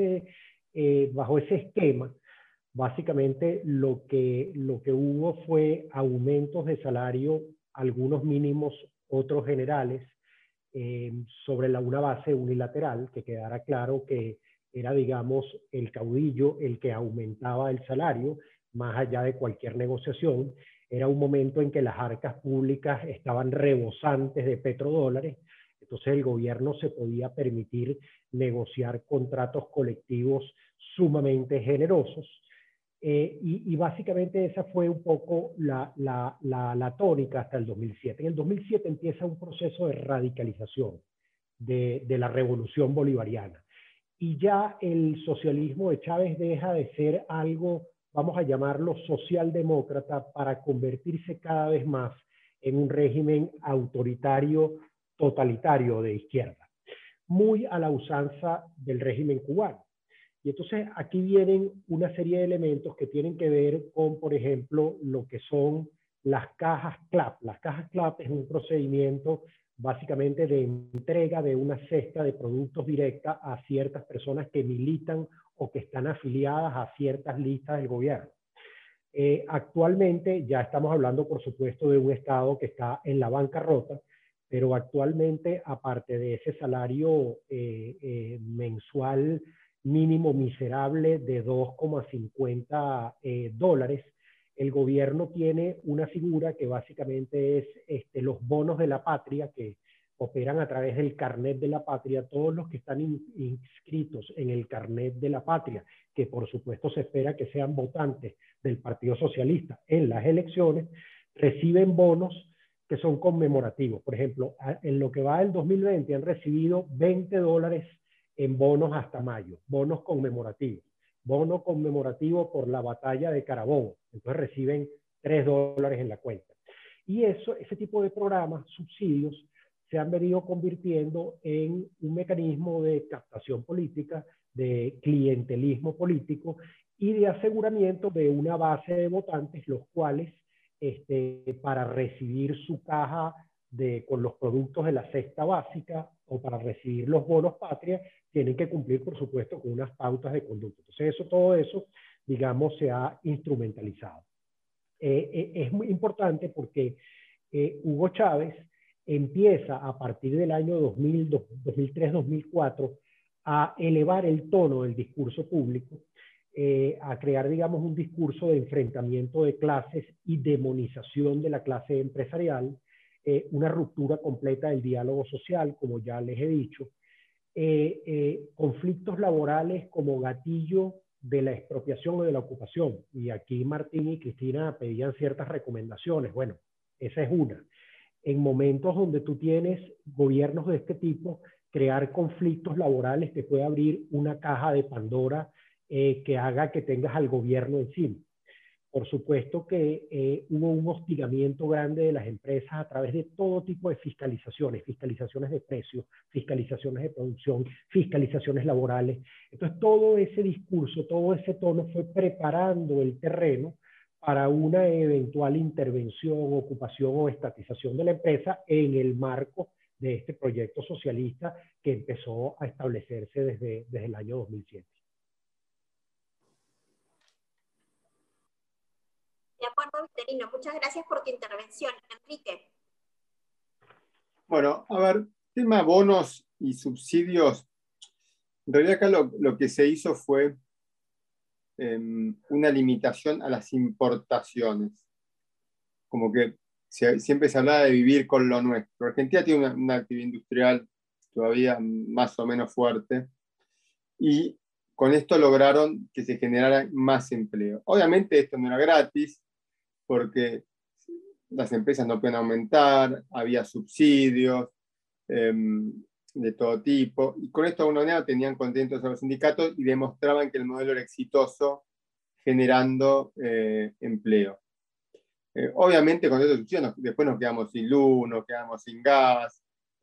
esquema, básicamente lo que hubo fue aumentos de salario, algunos mínimos, otros generales, sobre una base unilateral, que quedara claro que era, digamos, el caudillo el que aumentaba el salario, más allá de cualquier negociación. Era un momento en que las arcas públicas estaban rebosantes de petrodólares, entonces el gobierno se podía permitir negociar contratos colectivos sumamente generosos. Y básicamente esa fue un poco la tónica hasta el 2007. En el 2007 empieza un proceso de radicalización de la revolución bolivariana. Y ya el socialismo de Chávez deja de ser algo, vamos a llamarlo socialdemócrata, para convertirse cada vez más en un régimen autoritario, totalitario de izquierda, muy a la usanza del régimen cubano. Y entonces aquí vienen una serie de elementos que tienen que ver con, por ejemplo, lo que son las cajas CLAP. Las cajas CLAP es un procedimiento básicamente de entrega de una cesta de productos directa a ciertas personas que militan o que están afiliadas a ciertas listas del gobierno. Actualmente ya estamos hablando, por supuesto, de un Estado que está en la bancarrota, pero actualmente, aparte de ese salario mensual mínimo miserable de $2,50, el gobierno tiene una figura que básicamente es los bonos de la patria, que operan a través del carnet de la patria. Todos los que están inscritos en el carnet de la patria, que por supuesto se espera que sean votantes del Partido Socialista en las elecciones, reciben bonos que son conmemorativos. Por ejemplo, en lo que va del 2020 han recibido $20 en bonos hasta mayo, bonos conmemorativos. Bono conmemorativo por la batalla de Carabobo, entonces reciben $3 en la cuenta. Y ese tipo de programas, subsidios, se han venido convirtiendo en un mecanismo de captación política, de clientelismo político y de aseguramiento de una base de votantes, los cuales para recibir su caja con los productos de la cesta básica o para recibir los bonos patria, tienen que cumplir, por supuesto, con unas pautas de conducta. Entonces, todo eso, digamos, se ha instrumentalizado. Es muy importante porque Hugo Chávez empieza a partir del año 2003-2004 a elevar el tono del discurso público, a crear, digamos, un discurso de enfrentamiento de clases y demonización de la clase empresarial, una ruptura completa del diálogo social, como ya les he dicho, conflictos laborales como gatillo de la expropiación o de la ocupación. Y aquí Martín y Cristina pedían ciertas recomendaciones. Bueno, esa es una. En momentos donde tú tienes gobiernos de este tipo, crear conflictos laborales te puede abrir una caja de Pandora que haga que tengas al gobierno encima. Por supuesto que hubo un hostigamiento grande de las empresas a través de todo tipo de fiscalizaciones, fiscalizaciones de precios, fiscalizaciones de producción, fiscalizaciones laborales. Entonces todo ese discurso, todo ese tono fue preparando el terreno para una eventual intervención, ocupación o estatización de la empresa en el marco de este proyecto socialista que empezó a establecerse desde el año 2007. De acuerdo, Victorino. Muchas gracias por tu intervención. Enrique. Bueno, a ver, tema bonos y subsidios. En realidad acá lo que se hizo fue una limitación a las importaciones. Como que siempre se hablaba de vivir con lo nuestro. Argentina tiene una actividad industrial todavía más o menos fuerte. Y con esto lograron que se generara más empleo. Obviamente esto no era gratis, porque las empresas no pueden aumentar, había subsidios de todo tipo, y con esto de alguna manera tenían contentos a los sindicatos y demostraban que el modelo era exitoso generando empleo. Obviamente con estos subsidios después nos quedamos sin luz, nos quedamos sin gas,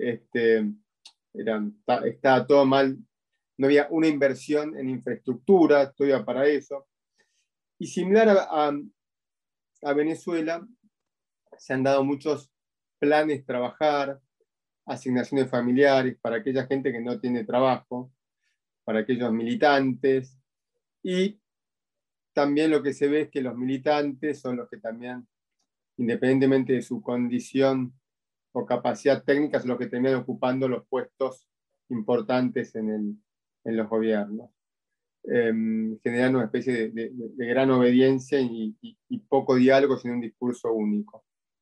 estaba todo mal, no había una inversión en infraestructura, todo iba para eso. Y similar a Venezuela, se han dado muchos planes trabajar, asignaciones familiares para aquella gente que no tiene trabajo, para aquellos militantes, y también lo que se ve es que los militantes son los que también, independientemente de su condición o capacidad técnica, son los que terminan ocupando los puestos importantes en los gobiernos. Generando una especie de gran obediencia y poco diálogo, sino un discurso único.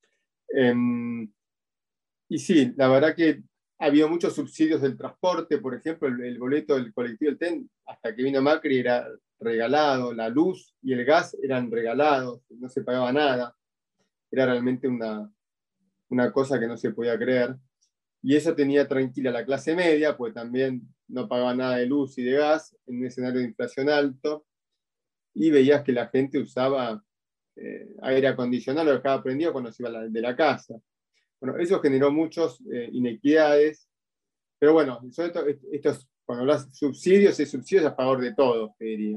Y sí, la verdad que ha habido muchos subsidios del transporte, por ejemplo, el boleto del colectivo del TEN, hasta que vino Macri, era regalado, la luz y el gas eran regalados, no se pagaba nada, era realmente una cosa que no se podía creer. Y eso tenía tranquila la clase media, pues también no pagaba nada de luz y de gas en un escenario de inflación alto, y veías que la gente usaba aire acondicionado, lo dejaba prendido cuando se iba de la casa. Bueno, eso generó muchas inequidades, pero bueno, sobre todo cuando hablas de subsidios, es subsidios a favor de todos, te diría.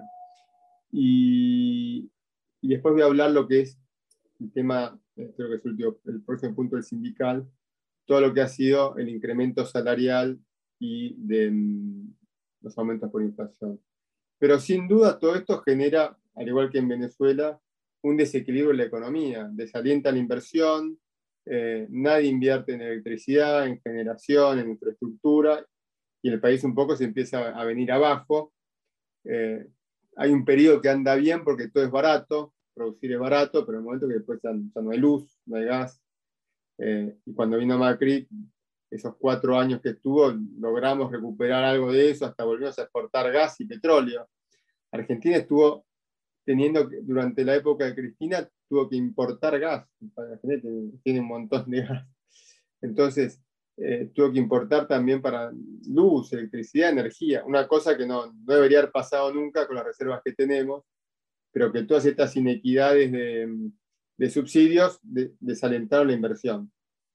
Y después voy a hablar lo que es el tema, creo que es el próximo punto del sindical, todo lo que ha sido el incremento salarial y de los aumentos por inflación. Pero sin duda todo esto genera, al igual que en Venezuela, un desequilibrio en la economía, desalienta la inversión, nadie invierte en electricidad, en generación, en infraestructura, y el país un poco se empieza a venir abajo. Hay un periodo que anda bien porque todo es barato, producir es barato, pero en el momento que después ya no hay luz, no hay gas. Y cuando vino Macri, esos 4 años que estuvo, logramos recuperar algo de eso, hasta volvimos a exportar gas y petróleo. Argentina estuvo durante la época de Cristina, tuvo que importar gas. Tiene un montón de gas. Entonces, tuvo que importar también para luz, electricidad, energía. Una cosa que no debería haber pasado nunca con las reservas que tenemos, pero que todas estas inequidades de subsidios desalentaron la inversión.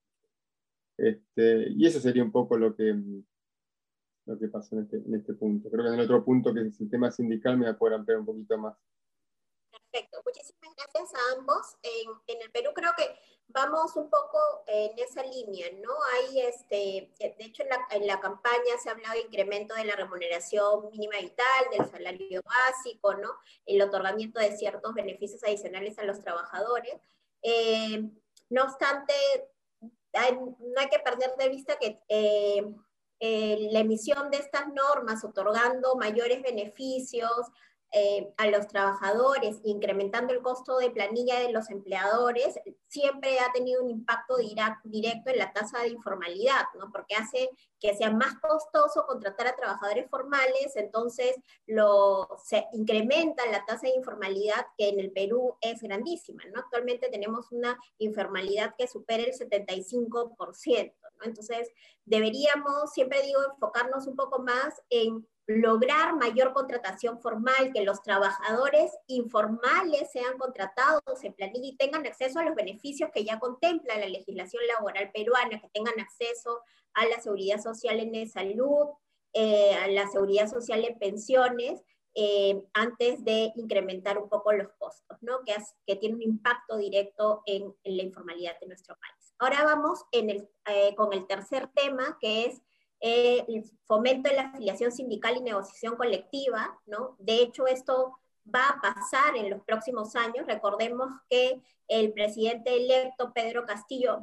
Y eso sería un poco lo que pasó en este punto. Creo que en el otro punto, que es el tema sindical, me voy a poder ampliar un poquito más. Perfecto, muchísimas gracias a ambos. En el Perú creo que vamos un poco en esa línea, ¿no? Hay, de hecho, en la campaña se ha hablado de incremento de la remuneración mínima vital, del salario básico, ¿no? El otorgamiento de ciertos beneficios adicionales a los trabajadores. No obstante, no hay que perder de vista que la emisión de estas normas, otorgando mayores beneficios a los trabajadores, incrementando el costo de planilla de los empleadores, siempre ha tenido un impacto directo en la tasa de informalidad, ¿no? Porque hace que sea más costoso contratar a trabajadores formales, entonces se incrementa la tasa de informalidad, que en el Perú es grandísima, ¿no? Actualmente tenemos una informalidad que supera el 75%, ¿no? Entonces, deberíamos, siempre digo, enfocarnos un poco más en lograr mayor contratación formal, que los trabajadores informales sean contratados en planilla y tengan acceso a los beneficios que ya contempla la legislación laboral peruana, que tengan acceso a la seguridad social en salud, a la seguridad social en pensiones, antes de incrementar un poco los costos, ¿no? Que tiene un impacto directo en la informalidad de nuestro país. Ahora vamos con el tercer tema, que es el fomento de la afiliación sindical y negociación colectiva, ¿no? De hecho, esto va a pasar en los próximos años. Recordemos que el presidente electo, Pedro Castillo,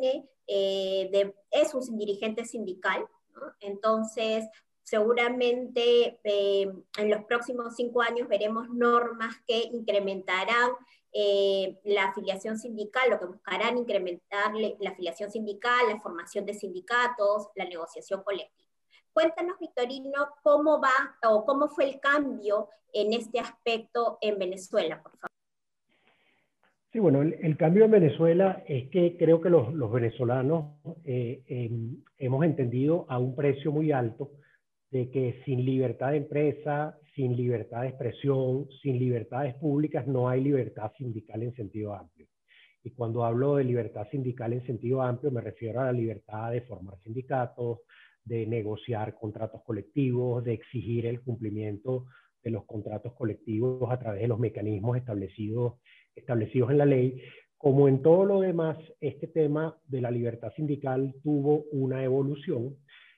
es un dirigente sindical, ¿no? Entonces, seguramente en los próximos 5 años veremos normas que incrementarán la afiliación sindical, lo que buscarán incrementar la afiliación sindical, la formación de sindicatos, la negociación colectiva. Cuéntanos, Victorino, cómo va o cómo fue el cambio en este aspecto en Venezuela, por favor. Sí, bueno, el cambio en Venezuela es que creo que los venezolanos hemos entendido a un precio muy alto de que sin libertad de empresa, sin libertad de expresión, sin libertades públicas, no hay libertad sindical en sentido amplio. Y cuando hablo de libertad sindical en sentido amplio, me refiero a la libertad de formar sindicatos, de negociar contratos colectivos, de exigir el cumplimiento de los contratos colectivos a través de los mecanismos establecidos en la ley. Como en todo lo demás, este tema de la libertad sindical tuvo una evolución.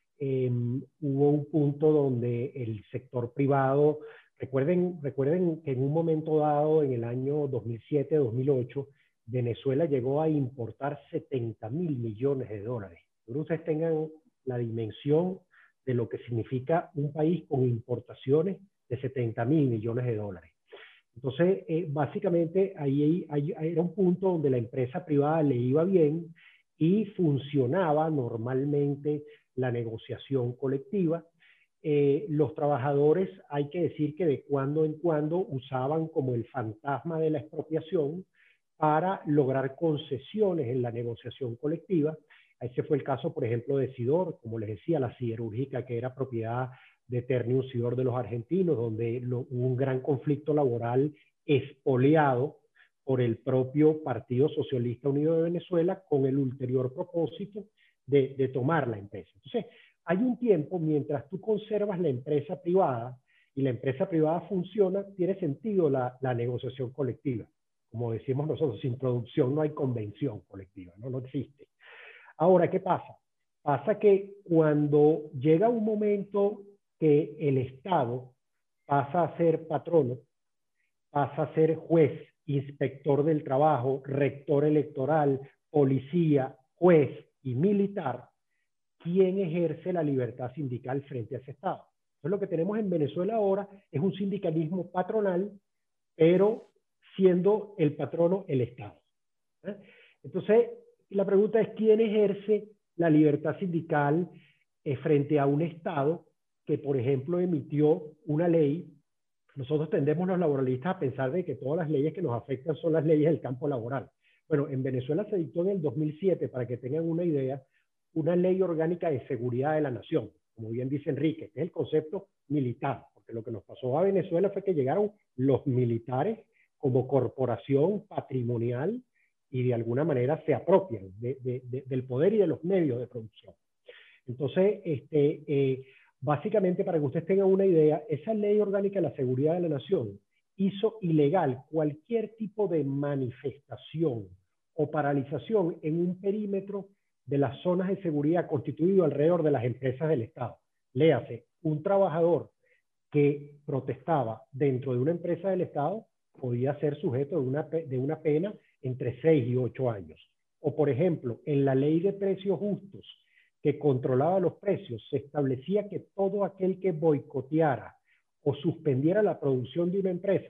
Hubo un punto donde el sector privado, recuerden que en un momento dado, en el año 2007-2008, Venezuela llegó a importar 70.000 millones de dólares. Pero ustedes tengan la dimensión de lo que significa un país con importaciones de 70.000 millones de dólares. Entonces, básicamente, ahí era un punto donde la empresa privada le iba bien y funcionaba normalmente la negociación colectiva. Los trabajadores, hay que decir que de cuando en cuando usaban como el fantasma de la expropiación para lograr concesiones en la negociación colectiva. Ese fue el caso, por ejemplo, de Sidor, como les decía, la siderúrgica que era propiedad de Ternium Sidor de los argentinos, donde hubo un gran conflicto laboral expoliado por el propio Partido Socialista Unido de Venezuela con el ulterior propósito de tomar la empresa. Entonces, hay un tiempo, mientras tú conservas la empresa privada y la empresa privada funciona, tiene sentido la negociación colectiva. Como decimos nosotros, sin producción no hay convención colectiva, no existe. Ahora, ¿qué pasa? Pasa que cuando llega un momento que el Estado pasa a ser patrono, pasa a ser juez, inspector del trabajo, rector electoral, policía, juez y militar, ¿quién ejerce la libertad sindical frente a ese Estado? Entonces, lo que tenemos en Venezuela ahora es un sindicalismo patronal, pero siendo el patrono el Estado. Entonces, la pregunta es, ¿quién ejerce la libertad sindical frente a un Estado que, por ejemplo, emitió una ley? Nosotros tendemos los laboralistas a pensar de que todas las leyes que nos afectan son las leyes del campo laboral. Bueno, en Venezuela se dictó en el 2007, para que tengan una idea, una ley orgánica de seguridad de la nación, como bien dice Enrique, que es el concepto militar, porque lo que nos pasó a Venezuela fue que llegaron los militares como corporación patrimonial y de alguna manera se apropian del poder y de los medios de producción. Entonces, básicamente, para que ustedes tengan una idea, esa ley orgánica de la seguridad de la nación hizo ilegal cualquier tipo de manifestación o paralización en un perímetro de las zonas de seguridad constituido alrededor de las empresas del Estado. Léase, un trabajador que protestaba dentro de una empresa del Estado podía ser sujeto de una pena entre 6 y 8 años. O, por ejemplo, en la ley de precios justos que controlaba los precios, se establecía que todo aquel que boicoteara o suspendiera la producción de una empresa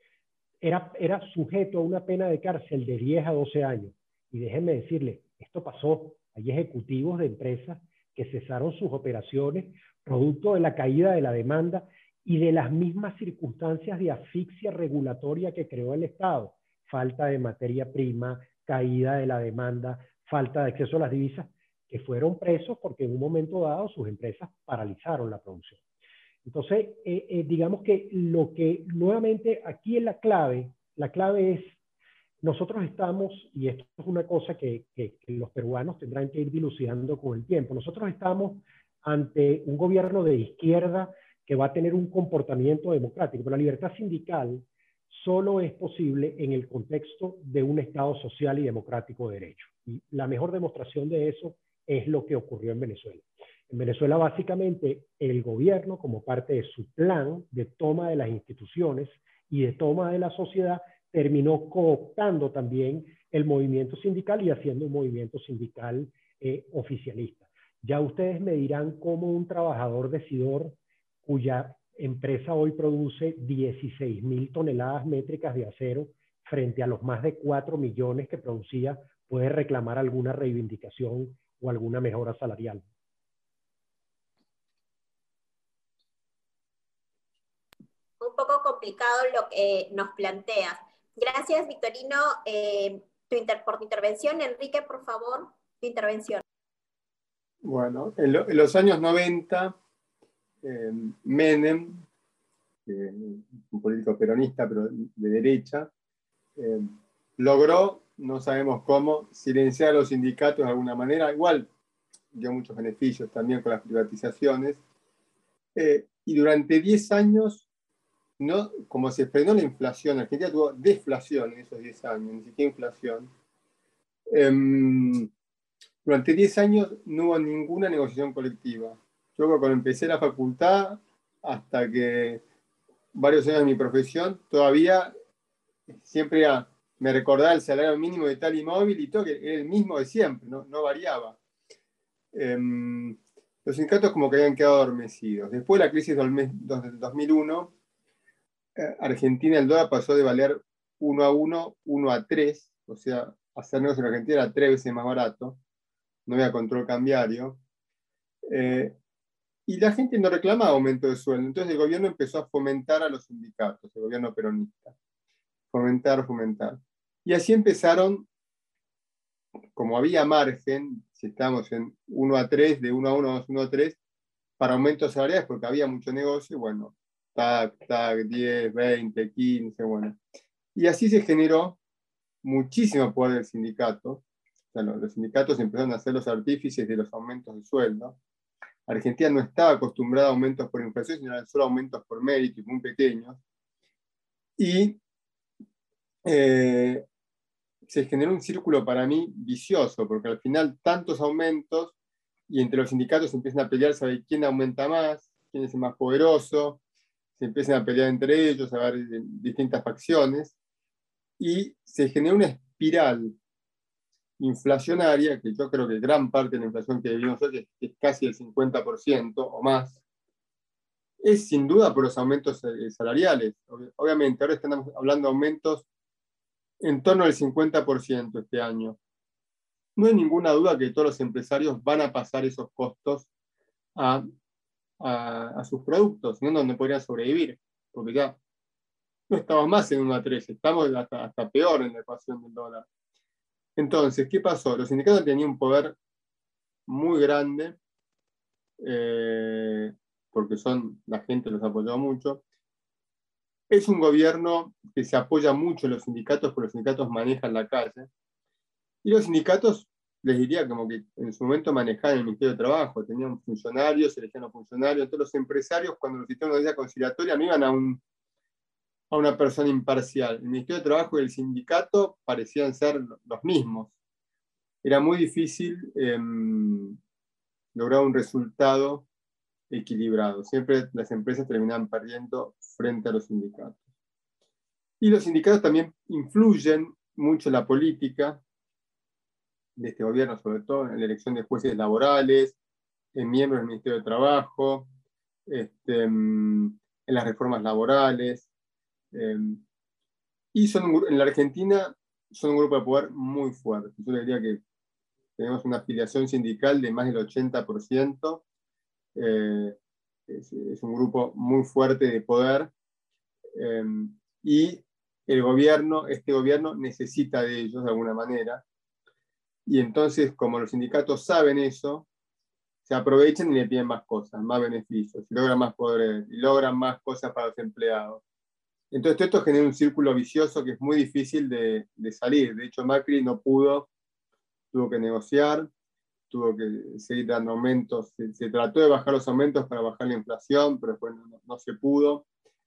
era sujeto a una pena de cárcel de 10 a 12 años. Y déjenme decirle, esto pasó. Hay ejecutivos de empresas que cesaron sus operaciones producto de la caída de la demanda y de las mismas circunstancias de asfixia regulatoria que creó el Estado. Falta de materia prima, caída de la demanda, falta de acceso a las divisas, que fueron presos porque en un momento dado sus empresas paralizaron la producción. Entonces, digamos que lo que nuevamente aquí es la clave es, nosotros estamos, y esto es una cosa que los peruanos tendrán que ir dilucidando con el tiempo, nosotros estamos ante un gobierno de izquierda que va a tener un comportamiento democrático, pero la libertad sindical solo es posible en el contexto de un Estado social y democrático de derecho. Y la mejor demostración de eso es lo que ocurrió en Venezuela. En Venezuela, básicamente, el gobierno, como parte de su plan de toma de las instituciones y de toma de la sociedad, terminó cooptando también el movimiento sindical y haciendo un movimiento sindical oficialista. Ya ustedes me dirán cómo un trabajador de Sidor, cuya empresa hoy produce 16.000 toneladas métricas de acero frente a los más de 4 millones que producía, puede reclamar alguna reivindicación o alguna mejora salarial. complicado lo que nos planteas. Gracias, Victorino, por tu intervención. Enrique, por favor, tu intervención. Bueno, en los años 90, Menem, un político peronista, pero de derecha, logró, no sabemos cómo, silenciar a los sindicatos de alguna manera. Igual dio muchos beneficios también con las privatizaciones. Y durante 10 años, no, como se frenó la inflación, Argentina tuvo deflación en esos 10 años, ni siquiera inflación. Durante 10 años no hubo ninguna negociación colectiva. Yo cuando empecé la facultad, hasta que varios años de mi profesión, todavía siempre me recordaba el salario mínimo de tal y móvil y todo, que era el mismo de siempre, no variaba. Los sindicatos como que habían quedado adormecidos. Después de la crisis del 2001, Argentina, el dólar pasó de valer 1 a 1, 1 a 3, o sea, hacer negocios en Argentina era 3 veces más barato, no había control cambiario, y la gente no reclamaba aumento de sueldo, entonces el gobierno empezó a fomentar a los sindicatos, el gobierno peronista, fomentar. Y así empezaron, como había margen, si estamos en 1 a 3, de 1 a 1 a 1 a 3, para aumentos salariales, porque había mucho negocio, bueno, tac, 10, 20, 15, bueno. Y así se generó muchísimo poder del sindicato. O sea, los sindicatos empezaron a ser los artífices de los aumentos de sueldo. Argentina no estaba acostumbrada a aumentos por inflación, sino solo aumentos por mérito, muy pequeños. Y se generó un círculo para mí vicioso, porque al final tantos aumentos y entre los sindicatos se empiezan a pelear sobre quién aumenta más, quién es el más poderoso, se empiezan a pelear entre ellos, a ver distintas facciones, y se generó una espiral inflacionaria, que yo creo que gran parte de la inflación que vivimos hoy, que es casi el 50% o más, es sin duda por los aumentos salariales. Obviamente, ahora estamos hablando de aumentos en torno al 50% este año. No hay ninguna duda que todos los empresarios van a pasar esos costos a sus productos, no podrían sobrevivir, porque ya no estamos más en 1 a 3, estamos hasta peor en la ecuación del dólar. Entonces, ¿qué pasó? Los sindicatos tenían un poder muy grande, porque la gente los apoyó mucho. Es un gobierno que se apoya mucho en los sindicatos, porque los sindicatos manejan la calle. Y los sindicatos, les diría como que en su momento manejaban el Ministerio de Trabajo, tenían funcionarios, elegían los funcionarios. Entonces los empresarios, cuando los hicieron una audiencia conciliatoria, no iban a una persona imparcial. El Ministerio de Trabajo y el sindicato parecían ser los mismos. Era muy difícil lograr un resultado equilibrado. Siempre las empresas terminaban perdiendo frente a los sindicatos. Y los sindicatos también influyen mucho en la política de este gobierno, sobre todo en la elección de jueces laborales, en miembros del Ministerio de Trabajo, en las reformas laborales. Y en la Argentina son un grupo de poder muy fuerte. Yo les diría que tenemos una afiliación sindical de más del 80%. Es un grupo muy fuerte de poder. Y este gobierno necesita de ellos de alguna manera. Y entonces, como los sindicatos saben eso, se aprovechan y le piden más cosas, más beneficios, y logran más poder, y logran más cosas para los empleados. Entonces, esto genera un círculo vicioso que es muy difícil de salir. De hecho, Macri no pudo, tuvo que negociar, tuvo que seguir dando aumentos. Se trató de bajar los aumentos para bajar la inflación, pero después no se pudo.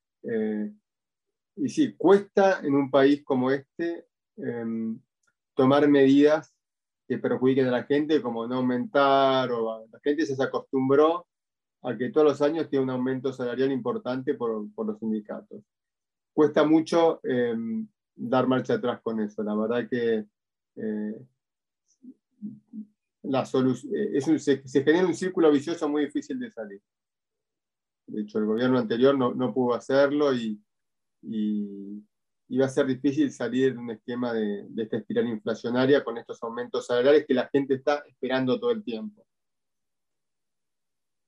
Y sí, cuesta en un país como este tomar medidas que perjudiquen a la gente, como no aumentar, la gente se acostumbró a que todos los años tiene un aumento salarial importante por los sindicatos. Cuesta mucho dar marcha atrás con eso. La verdad que se genera un círculo vicioso muy difícil de salir. De hecho, el gobierno anterior no pudo hacerlo y va a ser difícil salir de un esquema de esta espiral inflacionaria con estos aumentos salariales que la gente está esperando todo el tiempo.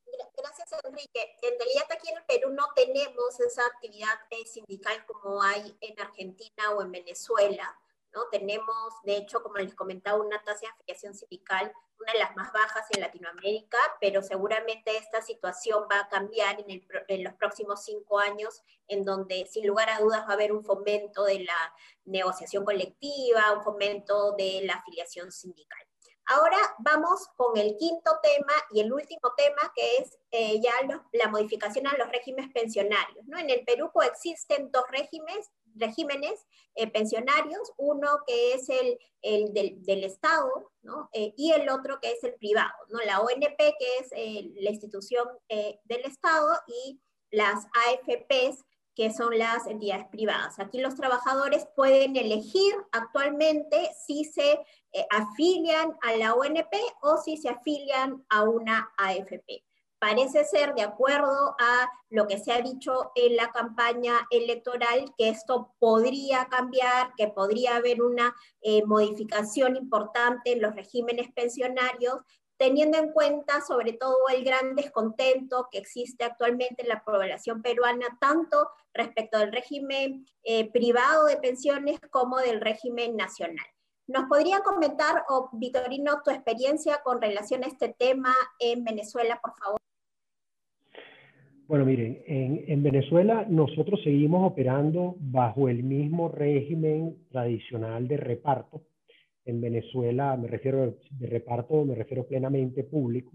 Gracias, Enrique. En realidad aquí en el Perú no tenemos esa actividad sindical como hay en Argentina o en Venezuela, ¿no? Tenemos, de hecho, como les comentaba, una tasa de afiliación sindical, una de las más bajas en Latinoamérica, pero seguramente esta situación va a cambiar en los próximos 5 años, en donde sin lugar a dudas va a haber un fomento de la negociación colectiva, un fomento de la afiliación sindical. Ahora vamos con el quinto tema y el último tema, que es ya la modificación a los regímenes pensionarios, ¿no? En el Perú coexisten dos regímenes pensionarios, uno que es el del Estado, ¿no? Y el otro que es el privado, ¿no? La ONP, que es la institución del Estado, y las AFPs, que son las entidades privadas. Aquí los trabajadores pueden elegir actualmente si se afilian a la ONP o si se afilian a una AFP. Parece ser, de acuerdo a lo que se ha dicho en la campaña electoral, que esto podría cambiar, que podría haber una modificación importante en los regímenes pensionarios, teniendo en cuenta sobre todo el gran descontento que existe actualmente en la población peruana, tanto respecto del régimen privado de pensiones como del régimen nacional. ¿Nos podría comentar, Victorino, tu experiencia con relación a este tema en Venezuela, por favor? Bueno, miren, en Venezuela nosotros seguimos operando bajo el mismo régimen tradicional de reparto. En Venezuela, me refiero de reparto, me refiero plenamente público,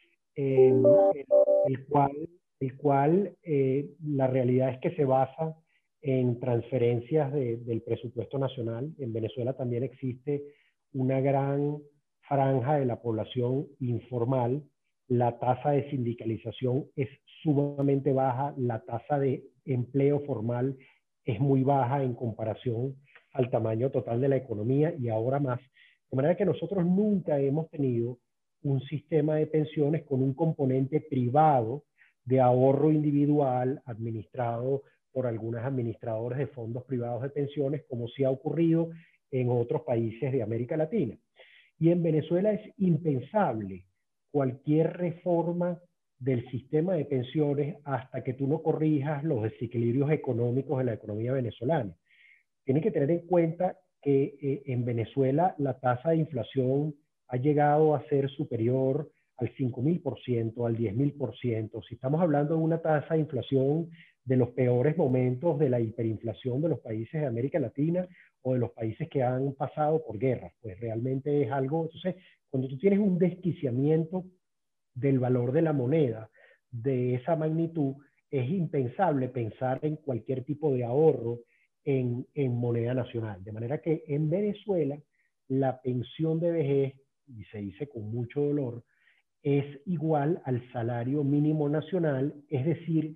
el cual la realidad es que se basa en transferencias del presupuesto nacional. En Venezuela también existe una gran franja de la población informal. La tasa de sindicalización es sumamente baja, la tasa de empleo formal es muy baja en comparación al tamaño total de la economía y ahora más. De manera que nosotros nunca hemos tenido un sistema de pensiones con un componente privado de ahorro individual administrado por algunas administradoras de fondos privados de pensiones, como sí ha ocurrido en otros países de América Latina. Y en Venezuela es impensable cualquier reforma del sistema de pensiones hasta que tú no corrijas los desequilibrios económicos de la economía venezolana. Tienen que tener en cuenta que en Venezuela la tasa de inflación ha llegado a ser superior al 5.000%, al 10.000%. Si estamos hablando de una tasa de inflación de los peores momentos de la hiperinflación de los países de América Latina o de los países que han pasado por guerras, pues realmente es algo. Entonces, cuando tú tienes un desquiciamiento del valor de la moneda de esa magnitud, es impensable pensar en cualquier tipo de ahorro en moneda nacional. De manera que en Venezuela la pensión de vejez, y se dice con mucho dolor, es igual al salario mínimo nacional, es decir,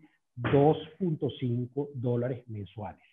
$2.5 mensuales.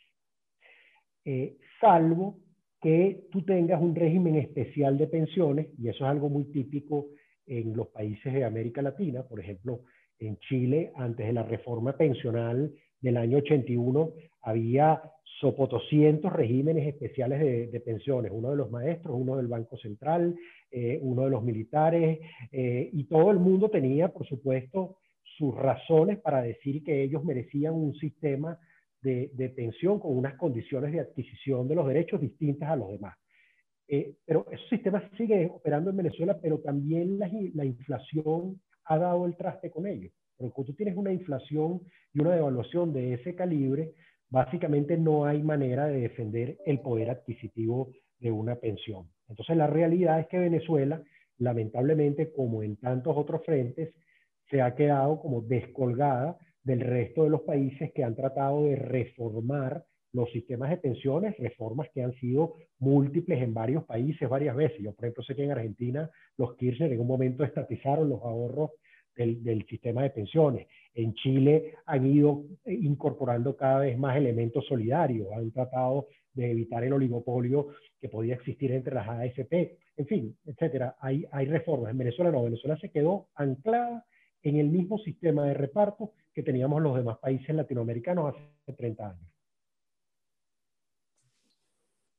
Salvo que tú tengas un régimen especial de pensiones, y eso es algo muy típico en los países de América Latina. Por ejemplo, en Chile, antes de la reforma pensional del año 81, había sopotoscientos regímenes especiales de pensiones, uno de los maestros, uno del Banco Central, uno de los militares, y todo el mundo tenía, por supuesto, sus razones para decir que ellos merecían un sistema de pensión con unas condiciones de adquisición de los derechos distintas a los demás. Pero esos sistemas siguen operando en Venezuela, pero también la inflación ha dado el traste con ellos. Pero cuando tú tienes una inflación y una devaluación de ese calibre, básicamente no hay manera de defender el poder adquisitivo de una pensión. Entonces la realidad es que Venezuela, lamentablemente, como en tantos otros frentes, se ha quedado como descolgada del resto de los países que han tratado de reformar los sistemas de pensiones, reformas que han sido múltiples en varios países varias veces. Yo, por ejemplo, sé que en Argentina los Kirchner en un momento estatizaron los ahorros del sistema de pensiones. En Chile han ido incorporando cada vez más elementos solidarios, han tratado de evitar el oligopolio que podía existir entre las AFP, en fin, etcétera. Hay reformas. En Venezuela no, Venezuela se quedó anclada en el mismo sistema de reparto que teníamos los demás países latinoamericanos hace 30 años.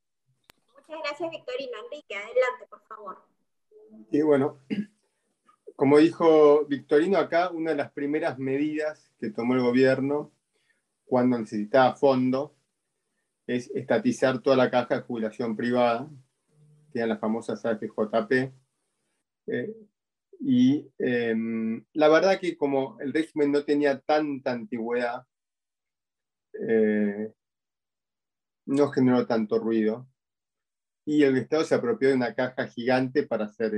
Muchas gracias, Victorino. Enrique, adelante, por favor. Y bueno, como dijo Victorino acá, una de las primeras medidas que tomó el gobierno cuando necesitaba fondo es estatizar toda la caja de jubilación privada, que eran las famosas AFJP. La verdad que como el régimen no tenía tanta antigüedad, no generó tanto ruido. Y el Estado se apropió de una caja gigante para hacer,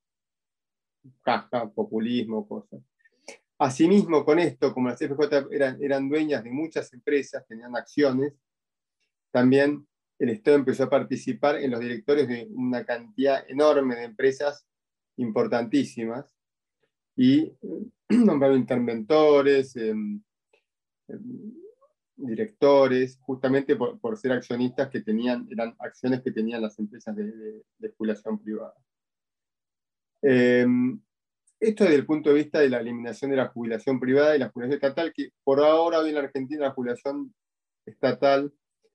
caja, populismo, cosas. Asimismo, con esto, como las FJ eran dueñas de muchas empresas, tenían acciones, también el Estado empezó a participar en los directorios de una cantidad enorme de empresas importantísimas y nombraron interventores, directores, justamente por ser accionistas que eran acciones que tenían las empresas de jubilación privada. Esto desde el punto de vista de la eliminación de la jubilación privada y la jubilación estatal, que por ahora hoy en la Argentina la jubilación estatal,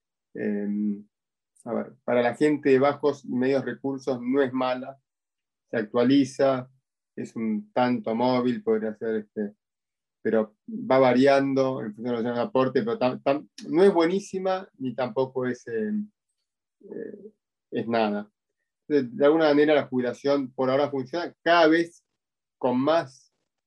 para la gente de bajos y medios recursos no es mala, se actualiza, es un tanto móvil, podría ser, pero va variando en función de los aportes, pero no es buenísima ni tampoco es nada. Entonces, de alguna manera la jubilación por ahora funciona cada vez con más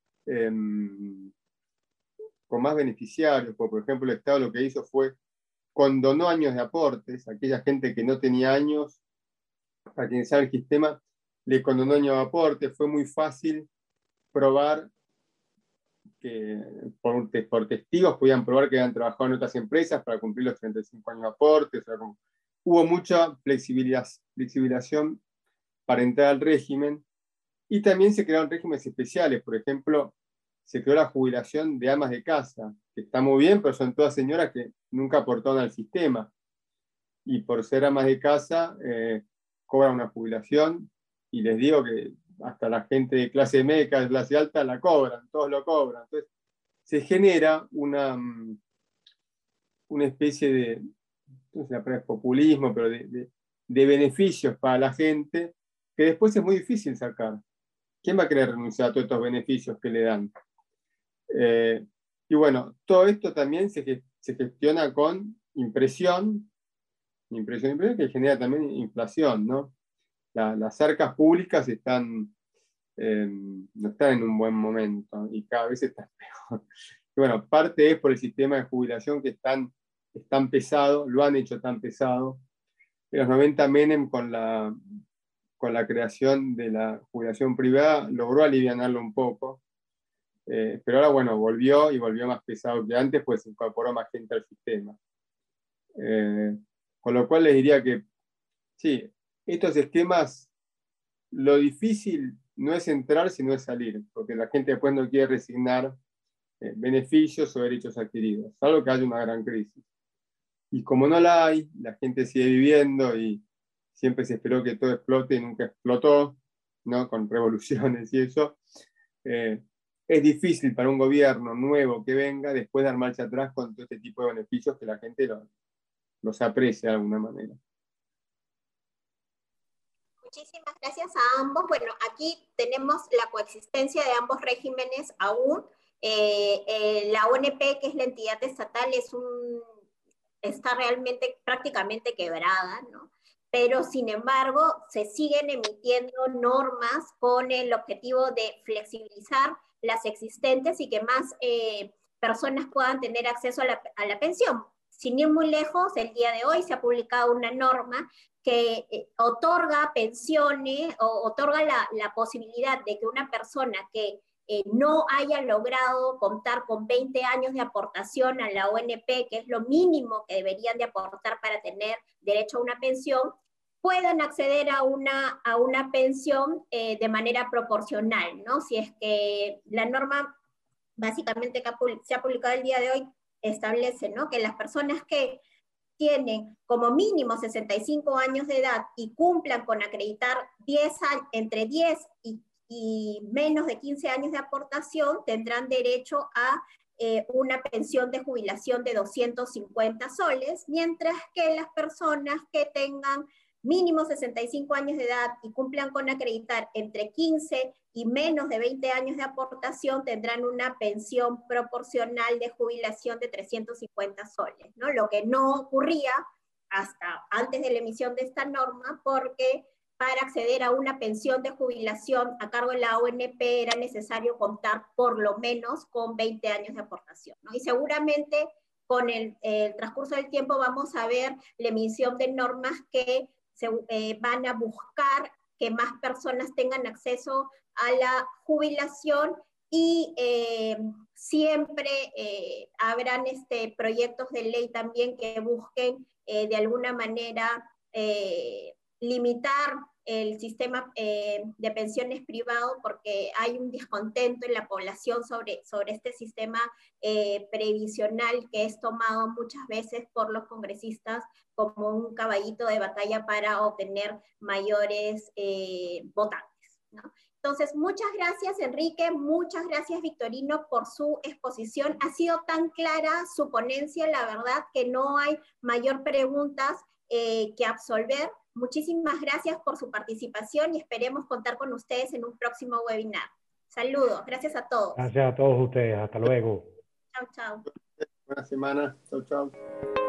beneficiarios. Por ejemplo, el Estado lo que hizo fue condonó años de aportes, aquella gente que no tenía años, para quien sabe el sistema, le condonó años de aportes, fue muy fácil probar que por testigos podían probar que habían trabajado en otras empresas para cumplir los 35 años de aportes. Hubo mucha flexibilización para entrar al régimen, y también se crearon regímenes especiales. Por ejemplo, se creó la jubilación de amas de casa, que está muy bien, pero son todas señoras que nunca aportaron al sistema, y por ser amas de casa cobran una jubilación, y les digo que hasta la gente de clase media, de clase alta, la cobran, todos lo cobran. Entonces, se genera una especie de, no sé, populismo, pero de beneficios para la gente, que después es muy difícil sacar. ¿Quién va a querer renunciar a todos estos beneficios que le dan? Y bueno, todo esto también se gestiona con impresión que genera también inflación, ¿no? Las arcas públicas no están en un buen momento y cada vez están peor. Y bueno, parte es por el sistema de jubilación que es tan pesado, lo han hecho tan pesado. En los 90 Menem con la creación de la jubilación privada logró alivianarlo un poco, pero ahora bueno, volvió más pesado que antes, pues se incorporó más gente al sistema. Con lo cual les diría que sí, estos esquemas, lo difícil no es entrar, sino es salir, porque la gente después no quiere resignar beneficios o derechos adquiridos, salvo que haya una gran crisis. Y como no la hay, la gente sigue viviendo y siempre se esperó que todo explote y nunca explotó, ¿no? Con revoluciones y eso. Es difícil para un gobierno nuevo que venga después dar marcha atrás con todo este tipo de beneficios que la gente los aprecia de alguna manera. Muchísimas gracias a ambos. Bueno, aquí tenemos la coexistencia de ambos regímenes aún. La ONP, que es la entidad estatal, está realmente prácticamente quebrada, ¿no? Pero sin embargo se siguen emitiendo normas con el objetivo de flexibilizar las existentes y que más personas puedan tener acceso a la pensión. Sin ir muy lejos, el día de hoy se ha publicado una norma que otorga pensiones o otorga la posibilidad de que una persona que no haya logrado contar con 20 años de aportación a la ONP, que es lo mínimo que deberían de aportar para tener derecho a una pensión, puedan acceder a una pensión de manera proporcional, ¿no? Si es que la norma, básicamente, que se ha publicado el día de hoy, establece, ¿no?, que las personas que tienen como mínimo 65 años de edad y cumplan con acreditar entre 10 y menos de 15 años de aportación, tendrán derecho a una pensión de jubilación de 250 soles, mientras que las personas que tengan mínimo 65 años de edad y cumplan con acreditar entre 15 y menos de 20 años de aportación, tendrán una pensión proporcional de jubilación de 350 soles, ¿no? Lo que no ocurría hasta antes de la emisión de esta norma, porque para acceder a una pensión de jubilación a cargo de la ONP era necesario contar por lo menos con 20 años de aportación, ¿no? Y seguramente con el transcurso del tiempo vamos a ver la emisión de normas que van a buscar que más personas tengan acceso a la jubilación y siempre habrán proyectos de ley también que busquen de alguna manera limitar el sistema de pensiones privado, porque hay un descontento en la población sobre este sistema previsional que es tomado muchas veces por los congresistas como un caballito de batalla para obtener mayores votantes, ¿no? Entonces, muchas gracias, Enrique, muchas gracias, Victorino, por su exposición. Ha sido tan clara su ponencia, la verdad que no hay mayor preguntas que absolver. Muchísimas gracias por su participación y esperemos contar con ustedes en un próximo webinar. Saludos, gracias a todos. Gracias a todos ustedes, hasta luego. Chao, chao. Buena semana, chao, chao.